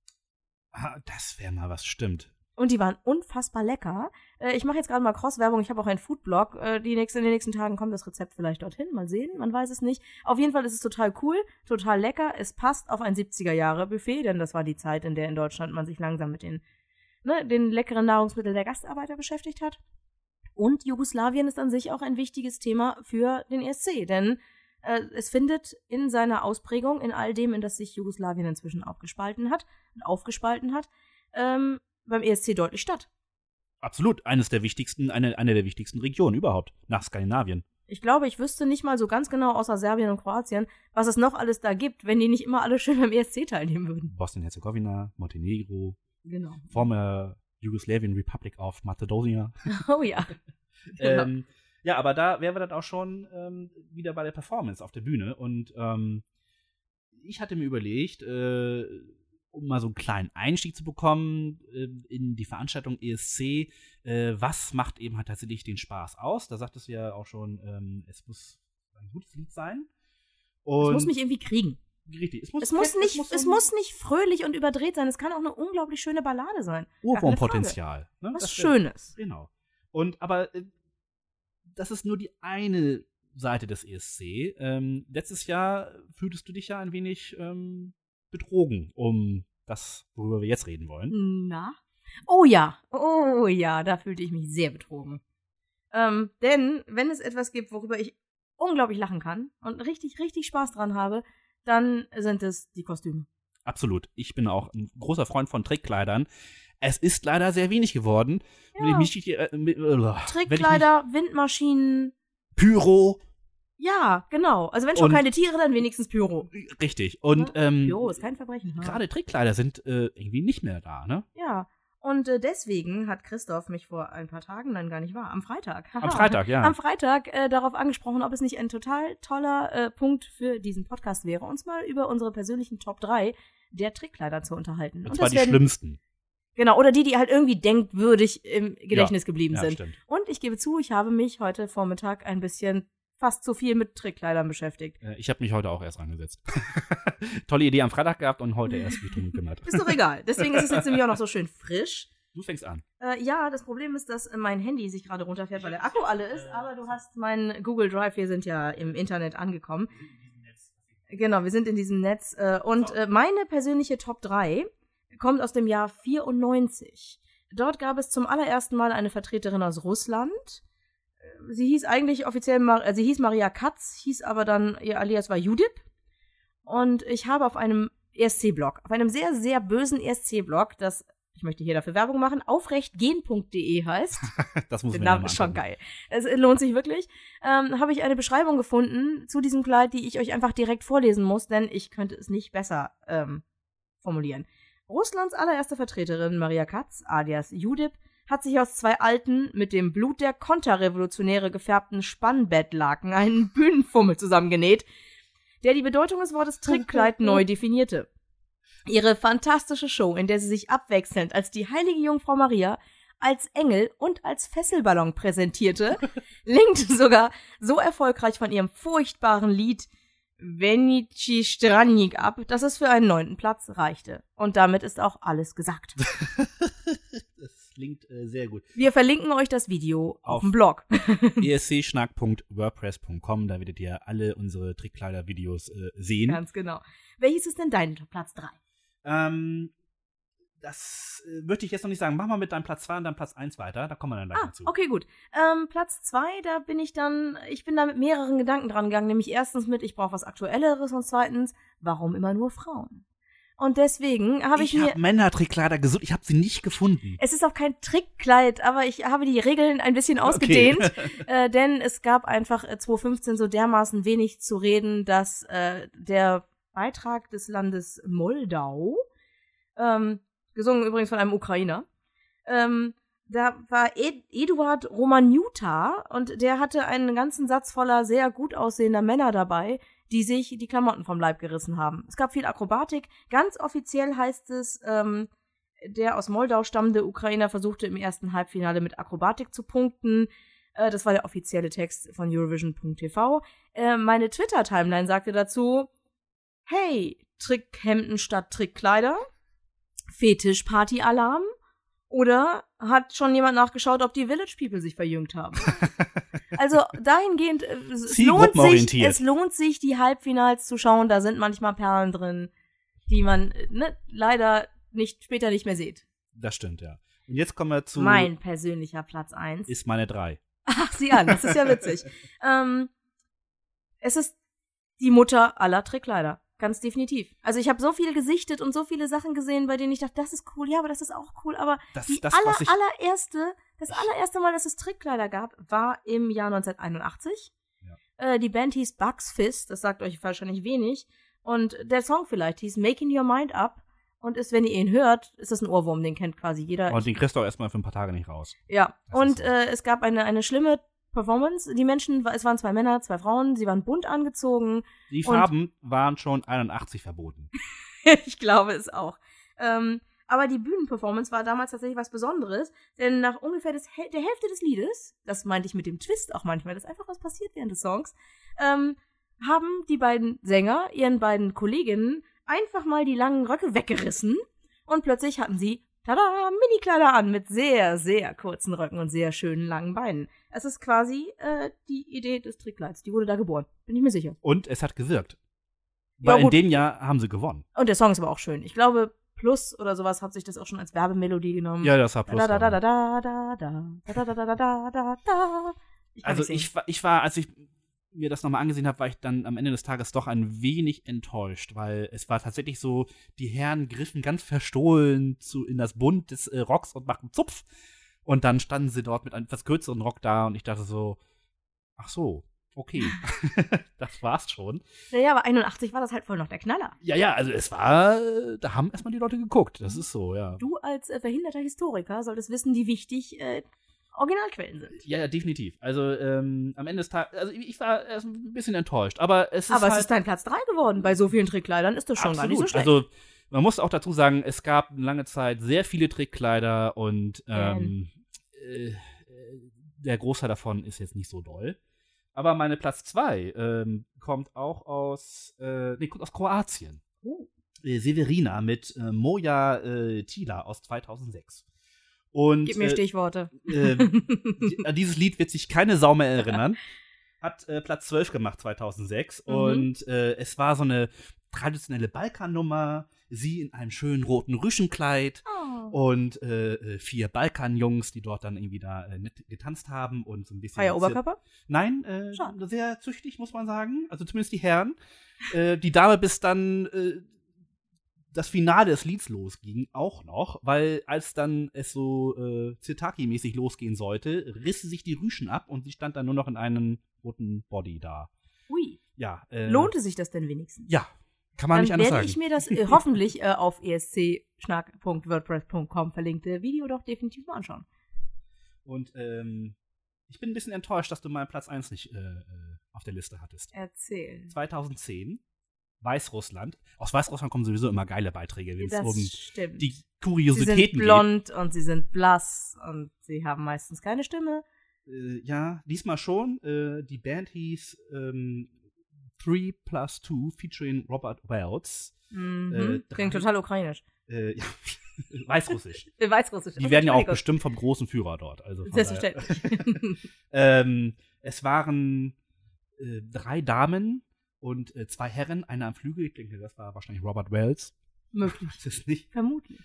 Das wäre mal was, stimmt. Und die waren unfassbar lecker. Ich mache jetzt gerade mal Cross-Werbung. Ich habe auch einen Foodblog. In den nächsten Tagen kommt das Rezept vielleicht dorthin. Mal sehen, man weiß es nicht. Auf jeden Fall ist es total cool, total lecker. Es passt auf ein 70er-Jahre-Buffet, denn das war die Zeit, in der in Deutschland man sich langsam mit den leckeren Nahrungsmitteln der Gastarbeiter beschäftigt hat. Und Jugoslawien ist an sich auch ein wichtiges Thema für den ESC, denn es findet in seiner Ausprägung, in all dem, in das sich Jugoslawien inzwischen aufgespalten hat, beim ESC deutlich statt. Absolut, eine der wichtigsten Regionen überhaupt, nach Skandinavien. Ich glaube, ich wüsste nicht mal so ganz genau, außer Serbien und Kroatien, was es noch alles da gibt, wenn die nicht immer alle schön beim ESC teilnehmen würden. Bosnien-Herzegowina, Montenegro, Genau. former Yugoslavian Republic of Macedonia. Oh ja. Genau. Ja, aber da wären wir dann auch schon wieder bei der Performance auf der Bühne. Und ich hatte mir überlegt, um mal so einen kleinen Einstieg zu bekommen in die Veranstaltung ESC, was macht eben halt tatsächlich den Spaß aus? Da sagtest du ja auch schon, es muss ein gutes Lied sein. Und Es muss mich irgendwie kriegen. richtig, Es muss nicht fröhlich und überdreht sein. Es kann auch eine unglaublich schöne Ballade sein. Ohrwurmpotenzial. Ne? Was Das Schönes. Genau. Aber das ist nur die eine Seite des ESC. Letztes Jahr fühltest du dich ja ein wenig betrogen, um das, worüber wir jetzt reden wollen. Na? Oh ja, da fühlte ich mich sehr betrogen. Denn wenn es etwas gibt, worüber ich unglaublich lachen kann und richtig, richtig Spaß dran habe, dann sind es die Kostüme. Absolut. Ich bin auch ein großer Freund von Trickkleidern. Es ist leider sehr wenig geworden. Ja. Trickkleider, Windmaschinen. Pyro. Ja, genau. Also wenn schon Und- keine Tiere, dann wenigstens Pyro. Richtig. Und Pyro ist kein Verbrechen. Ha? gerade Trickkleider sind irgendwie nicht mehr da, ne? Ja. Und deswegen hat Christoph mich vor ein paar Tagen, nein, gar nicht wahr, am Freitag. Haha. Am Freitag, ja. Am Freitag darauf angesprochen, ob es nicht ein total toller Punkt für diesen Podcast wäre, uns mal über unsere persönlichen Top 3 der Trickkleider zu unterhalten. Und zwar das die werden- schlimmsten. Genau, oder die halt irgendwie denkwürdig im Gedächtnis geblieben Ja, sind. stimmt. Und ich gebe zu, ich habe mich heute Vormittag ein bisschen fast zu viel mit Trickkleidern beschäftigt. Ich habe mich heute auch erst rangesetzt. Tolle Idee am Freitag gehabt und heute erst mich drum gekümmert. Ist doch egal. Deswegen ist es jetzt nämlich auch noch so schön frisch. Du fängst an. Ja, das Problem ist, dass mein Handy sich gerade runterfährt, weil der Akku alle ist, aber du hast meinen Google Drive, wir sind ja im Internet angekommen. Genau, wir sind in diesem Netz. Und meine persönliche Top 3 kommt aus dem Jahr 94. Dort gab es zum allerersten Mal eine Vertreterin aus Russland. Sie hieß eigentlich offiziell, sie hieß Maria Katz, hieß aber dann, ihr Alias war Judip. Und ich habe auf einem ESC-Blog, auf einem sehr, sehr bösen ESC-Blog, das, ich möchte hier dafür Werbung machen, aufrechtgehen.de heißt. Das muss man Der Name ist schon geil. Es lohnt sich wirklich. Habe ich eine Beschreibung gefunden zu diesem Kleid, die ich euch einfach direkt vorlesen muss, denn ich könnte es nicht besser formulieren. Russlands allererste Vertreterin, Maria Katz, alias Judip, hat sich aus 2 alten, mit dem Blut der Konterrevolutionäre gefärbten Spannbettlaken einen Bühnenfummel zusammengenäht, der die Bedeutung des Wortes Trickkleid neu definierte. Ihre fantastische Show, in der sie sich abwechselnd als die heilige Jungfrau Maria, als Engel und als Fesselballon präsentierte, lenkte sogar so erfolgreich von ihrem furchtbaren Lied Venici Strannik ab, dass es für einen 9. Platz reichte. Und damit ist auch alles gesagt. Das klingt sehr gut. Wir verlinken euch das Video auf dem Blog. escschnack.wordpress.com, da werdet ihr alle unsere Trickkleider-Videos sehen. Ganz genau. Welches ist denn dein Platz 3? Das möchte ich jetzt noch nicht sagen. Mach mal mit deinem Platz 2 und deinem Platz 1 weiter, da kommen wir dann gleich dazu. Okay, gut. Platz 2, ich bin da mit mehreren Gedanken dran gegangen, nämlich erstens mit, ich brauche was Aktuelleres und zweitens, warum immer nur Frauen? Und deswegen habe ich mir... Ich habe Männertrickkleider gesucht, ich habe sie nicht gefunden. Es ist auch kein Trickkleid, aber ich habe die Regeln ein bisschen ausgedehnt, denn es gab einfach 2015 so dermaßen wenig zu reden, dass der Beitrag des Landes Moldau, gesungen übrigens von einem Ukrainer, da war Eduard Romaniuta und der hatte einen ganzen Satz voller sehr gut aussehender Männer dabei, die sich die Klamotten vom Leib gerissen haben. Es gab viel Akrobatik. Ganz offiziell heißt es, der aus Moldau stammende Ukrainer versuchte im ersten Halbfinale mit Akrobatik zu punkten. Das war der offizielle Text von Eurovision.tv. Meine Twitter-Timeline sagte dazu, hey, Trickhemden statt Trickkleider, Fetisch-Party-Alarm oder hat schon jemand nachgeschaut, ob die Village People sich verjüngt haben? Also dahingehend, es lohnt sich, die Halbfinals zu schauen. Da sind manchmal Perlen drin, die man leider später nicht mehr sieht. Das stimmt, ja. Und jetzt kommen wir zu... Mein persönlicher Platz 1. Ist meine 3. Ach, sieh an, das ist ja witzig. Es ist die Mutter aller Trickkleider. Ganz definitiv. Also ich habe so viel gesichtet und so viele Sachen gesehen, bei denen ich dachte, das ist cool, ja, aber das ist auch cool, aber das allererste Mal, dass es Trickkleider gab, war im Jahr 1981. Ja. Die Band hieß Bugs Fizz, das sagt euch wahrscheinlich wenig, und der Song vielleicht hieß Making Your Mind Up und ist, wenn ihr ihn hört, ist das ein Ohrwurm, den kennt quasi jeder. Und den kriegst du auch erstmal für ein paar Tage nicht raus. Ja, und es gab eine schlimme Performance. Die Menschen, es waren 2 Männer, 2 Frauen, sie waren bunt angezogen. Die Farben waren schon 81 verboten. Ich glaube es auch. Aber die Bühnenperformance war damals tatsächlich was Besonderes, denn nach ungefähr der Hälfte des Liedes, das meinte ich mit dem Twist auch manchmal, dass einfach was passiert während des Songs, haben die beiden Sänger ihren beiden Kolleginnen einfach mal die langen Röcke weggerissen und plötzlich hatten sie tada, Minikleider an mit sehr, sehr kurzen Röcken und sehr schönen langen Beinen. Es ist quasi die Idee des Trickkleids. Die wurde da geboren. Bin ich mir sicher. Und es hat gewirkt. Weil in dem Jahr haben sie gewonnen. Und der Song ist aber auch schön. Ich glaube, Plus oder sowas hat sich das auch schon als Werbemelodie genommen. Ja, das war Plus. Also ich war, als ich mir das nochmal angesehen habe, war ich dann am Ende des Tages doch ein wenig enttäuscht, weil es war tatsächlich so, die Herren griffen ganz verstohlen in das Bund des Rocks und machten Zupf. Und dann standen sie dort mit einem etwas kürzeren Rock da und ich dachte so, ach so, okay, das war's schon. Naja, aber 81 war das halt voll noch der Knaller. Ja, also es war, da haben erstmal die Leute geguckt, das ist so, ja. Du als verhinderter Historiker solltest wissen, wie wichtig Originalquellen sind. Ja, definitiv. Also am Ende des Tages, also ich war erst ein bisschen enttäuscht, aber es ist Aber es ist dein Platz 3 geworden. Bei so vielen Trickkleidern ist das schon gar nicht so schlecht. Also man muss auch dazu sagen, es gab lange Zeit sehr viele Trickkleider und der Großteil davon ist jetzt nicht so doll. Aber meine Platz 2 kommt auch aus Kroatien. Severina mit Moja Tila aus 2006. Und, Gib mir Stichworte. Dieses Lied wird sich keine Sau mehr erinnern. hat Platz 12 gemacht 2006 und es war so eine traditionelle Balkan-Nummer. Sie in einem schönen roten Rüschenkleid und 4 Balkan-Jungs, die dort dann irgendwie da nett getanzt haben und so ein bisschen. Freier Oberkörper? Nein, sehr züchtig, muss man sagen. Also zumindest die Herren. Die Dame, bis dann das Finale des Lieds losging, auch noch, weil als dann es so Zirtaki-mäßig losgehen sollte, riss sie sich die Rüschen ab und sie stand dann nur noch in einem roten Body da. Ui. Ja. Lohnte sich das denn wenigstens? Ja, kann man nicht anders sagen. Dann werde ich mir das hoffentlich auf esc-schnack.wordpress.com verlinkte Video doch definitiv mal anschauen. Und ich bin ein bisschen enttäuscht, dass du meinen Platz 1 nicht auf der Liste hattest. Erzähl. 2010 Weißrussland. Aus Weißrussland kommen sowieso immer geile Beiträge, wenn es um stimmt. die Kuriositäten geht. Sie sind blond und sie sind blass und sie haben meistens keine Stimme. Ja, diesmal schon. Die Band hieß 3+2 featuring Robert Wells. Klingt total ukrainisch. Ja, Weißrussisch. Weißrussisch. Die werden ja auch bestimmt vom großen Führer dort. Also selbstverständlich. Es waren 3 Damen und 2 Herren, einer am Flügel. Ich denke, das war wahrscheinlich Robert Wells. Möglich. Das ist nicht. Vermutlich.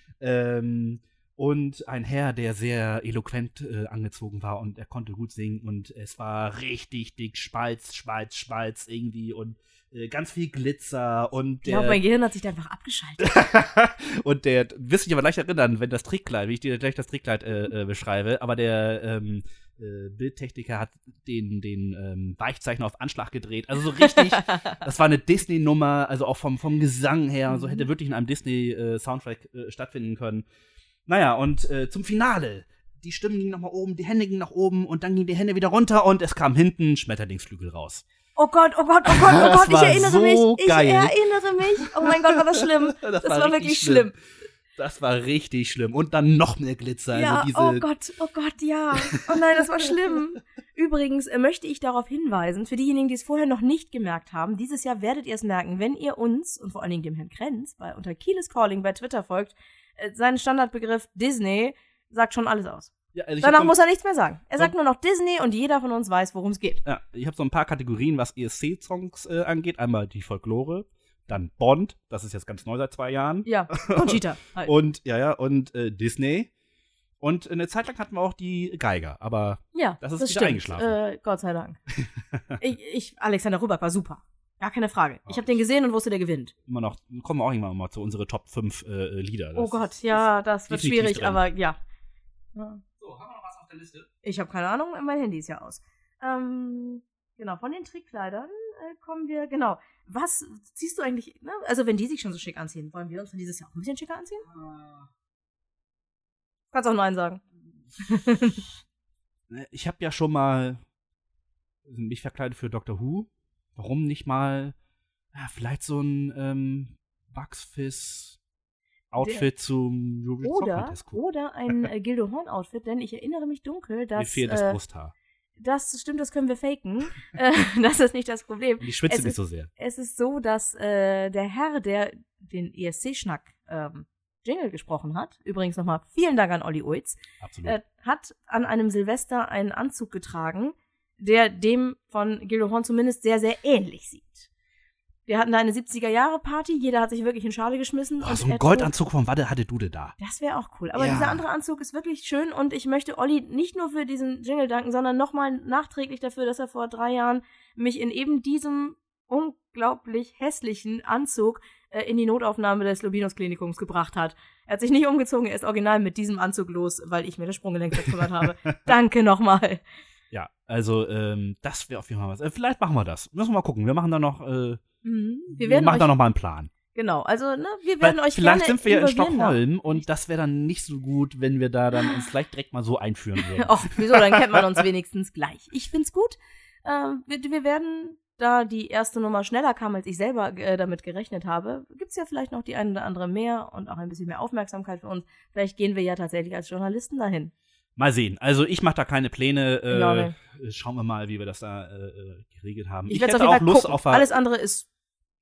Und ein Herr, der sehr eloquent angezogen war und er konnte gut singen und es war richtig dick, Spalz irgendwie und ganz viel Glitzer und ich glaube, mein Gehirn hat sich da einfach abgeschaltet. und der, wirst dich aber leicht erinnern, wenn das Trickkleid, wie ich dir gleich das Trickkleid beschreibe, aber der Bildtechniker hat den Weichzeichner auf Anschlag gedreht, also so richtig, das war eine Disney-Nummer, also auch vom Gesang her, so hätte wirklich in einem Disney-Soundtrack stattfinden können. Naja, und zum Finale. Die Stimmen gingen nochmal oben, die Hände gingen nach oben und dann gingen die Hände wieder runter und es kam hinten Schmetterlingsflügel raus. Oh Gott, ich erinnere mich. Ich erinnere mich. Oh mein Gott, war das schlimm. Das war wirklich schlimm. Das war richtig schlimm. Und dann noch mehr Glitzer. Ja, also oh Gott, ja. Oh nein, das war schlimm. Übrigens möchte ich darauf hinweisen, für diejenigen, die es vorher noch nicht gemerkt haben, dieses Jahr werdet ihr es merken, wenn ihr uns und vor allen Dingen dem Herrn Krenz unter Keyless Calling bei Twitter folgt, sein Standardbegriff Disney sagt schon alles aus. Ja, also danach muss er nichts mehr sagen. Er sagt nur noch Disney und jeder von uns weiß, worum es geht. Ja, ich habe so ein paar Kategorien, was ESC-Songs angeht. Einmal die Folklore, dann Bond, das ist jetzt ganz neu seit 2 Jahren. Ja, Conchita. Halt. Und Disney. Und eine Zeit lang hatten wir auch die Geiger, aber das ist wieder eingeschlafen. Gott sei Dank. Alexander Rybak war super. Gar keine Frage. Ich habe den gesehen und wusste, der gewinnt. Immer noch, kommen wir auch irgendwann mal zu unsere Top 5 Lieder. Oh Gott, ja, das wird schwierig, drin. Aber ja. So, haben wir noch was auf der Liste? Ich habe keine Ahnung, mein Handy ist ja aus. Genau, von den Trickkleidern kommen wir, genau. Was ziehst du eigentlich, ne? Also wenn die sich schon so schick anziehen, wollen wir uns dann dieses Jahr auch ein bisschen schicker anziehen? Kannst auch Nein sagen. Ich habe ja schon mal mich verkleidet für Doctor Who. Warum nicht mal vielleicht so ein Bugs Fizz Outfit zum Eurovision Song Contest gucken. Oder ein Gildo Horn Outfit, denn ich erinnere mich dunkel, dass mir fehlt das Brusthaar. Das stimmt, das können wir faken. Das ist nicht das Problem. Ich schwitze nicht so sehr. Es ist so, dass der Herr, der den ESC-Schnack Jingle gesprochen hat, übrigens nochmal vielen Dank an Olli Oitz, hat an einem Silvester einen Anzug getragen, der dem von Gildo Horn zumindest sehr, sehr ähnlich sieht. Wir hatten da eine 70er-Jahre-Party, jeder hat sich wirklich in Schale geschmissen. Oh, so ein Goldanzug von Wadde hatte Dude da. Das wäre auch cool. Aber dieser andere Anzug ist wirklich schön und ich möchte Olli nicht nur für diesen Jingle danken, sondern nochmal nachträglich dafür, dass er vor 3 Jahren mich in eben diesem unglaublich hässlichen Anzug in die Notaufnahme des Lobinos-Klinikums gebracht hat. Er hat sich nicht umgezogen, er ist original mit diesem Anzug los, weil ich mir das Sprunggelenk vertrümmert habe. Danke nochmal. Ja, also das wäre auf jeden Fall was. Vielleicht machen wir das. Müssen wir mal gucken. Wir machen da noch wir machen da noch mal einen Plan. Genau, also wir werden euch vielleicht sind wir ja in Stockholm und das wäre dann nicht so gut, wenn wir da dann uns vielleicht direkt mal so einführen würden. Och, wieso, dann kennt man uns wenigstens gleich. Ich find's gut. Wir werden, da die erste Nummer schneller kam, als ich selber damit gerechnet habe, gibt's ja vielleicht noch die eine oder andere mehr und auch ein bisschen mehr Aufmerksamkeit für uns. Vielleicht gehen wir ja tatsächlich als Journalisten dahin. Mal sehen. Also ich mache da keine Pläne. Schauen wir mal, wie wir das da geregelt haben. Ich hätte auch Lust gucken. Alles andere ist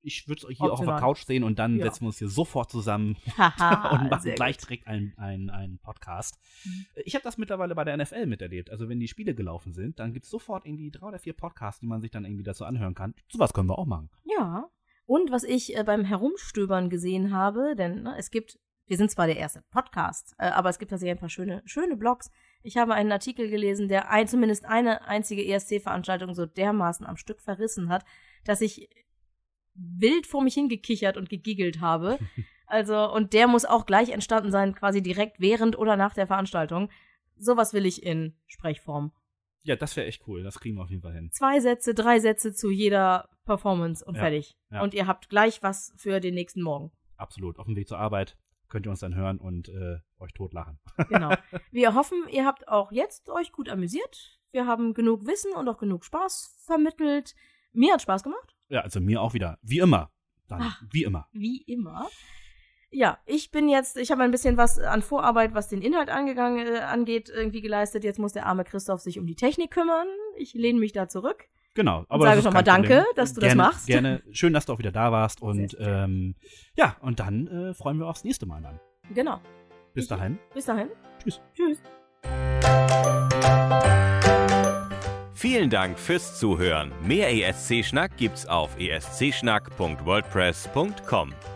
ich würde es hier auch auf der Couch sehen und dann setzen wir uns hier sofort zusammen und machen gleich direkt einen Podcast. Ich habe das mittlerweile bei der NFL miterlebt. Also wenn die Spiele gelaufen sind, dann gibt es sofort irgendwie 3 oder 4 Podcasts, die man sich dann irgendwie dazu anhören kann. Sowas können wir auch machen. Ja. Und was ich beim Herumstöbern gesehen habe, denn wir sind zwar der erste Podcast, aber es gibt tatsächlich ein paar schöne Blogs. Ich habe einen Artikel gelesen, der zumindest eine einzige ESC-Veranstaltung so dermaßen am Stück verrissen hat, dass ich wild vor mich hingekichert und gegiggelt habe. Also, und der muss auch gleich entstanden sein, quasi direkt während oder nach der Veranstaltung. Sowas will ich in Sprechform. Ja, das wäre echt cool. Das kriegen wir auf jeden Fall hin. 2 Sätze, 3 Sätze zu jeder Performance und fertig. Ja. Und ihr habt gleich was für den nächsten Morgen. Absolut. Auf dem Weg zur Arbeit könnt ihr uns dann hören und euch totlachen. Genau. Wir hoffen, ihr habt auch jetzt euch gut amüsiert. Wir haben genug Wissen und auch genug Spaß vermittelt. Mir hat Spaß gemacht. Ja, also mir auch wieder. Wie immer. Wie immer. Wie immer. Ja, ich habe ein bisschen was an Vorarbeit, was den Inhalt angeht, irgendwie geleistet. Jetzt muss der arme Christoph sich um die Technik kümmern. Ich lehne mich da zurück. Genau. Aber sage nochmal Danke, dass du das machst. Gerne. Schön, dass du auch wieder da warst. Und und dann freuen wir aufs nächste Mal dann. Genau. Bis dahin. Tschüss. Vielen Dank fürs Zuhören. Mehr ESC-Schnack gibt's auf escschnack.wordpress.com.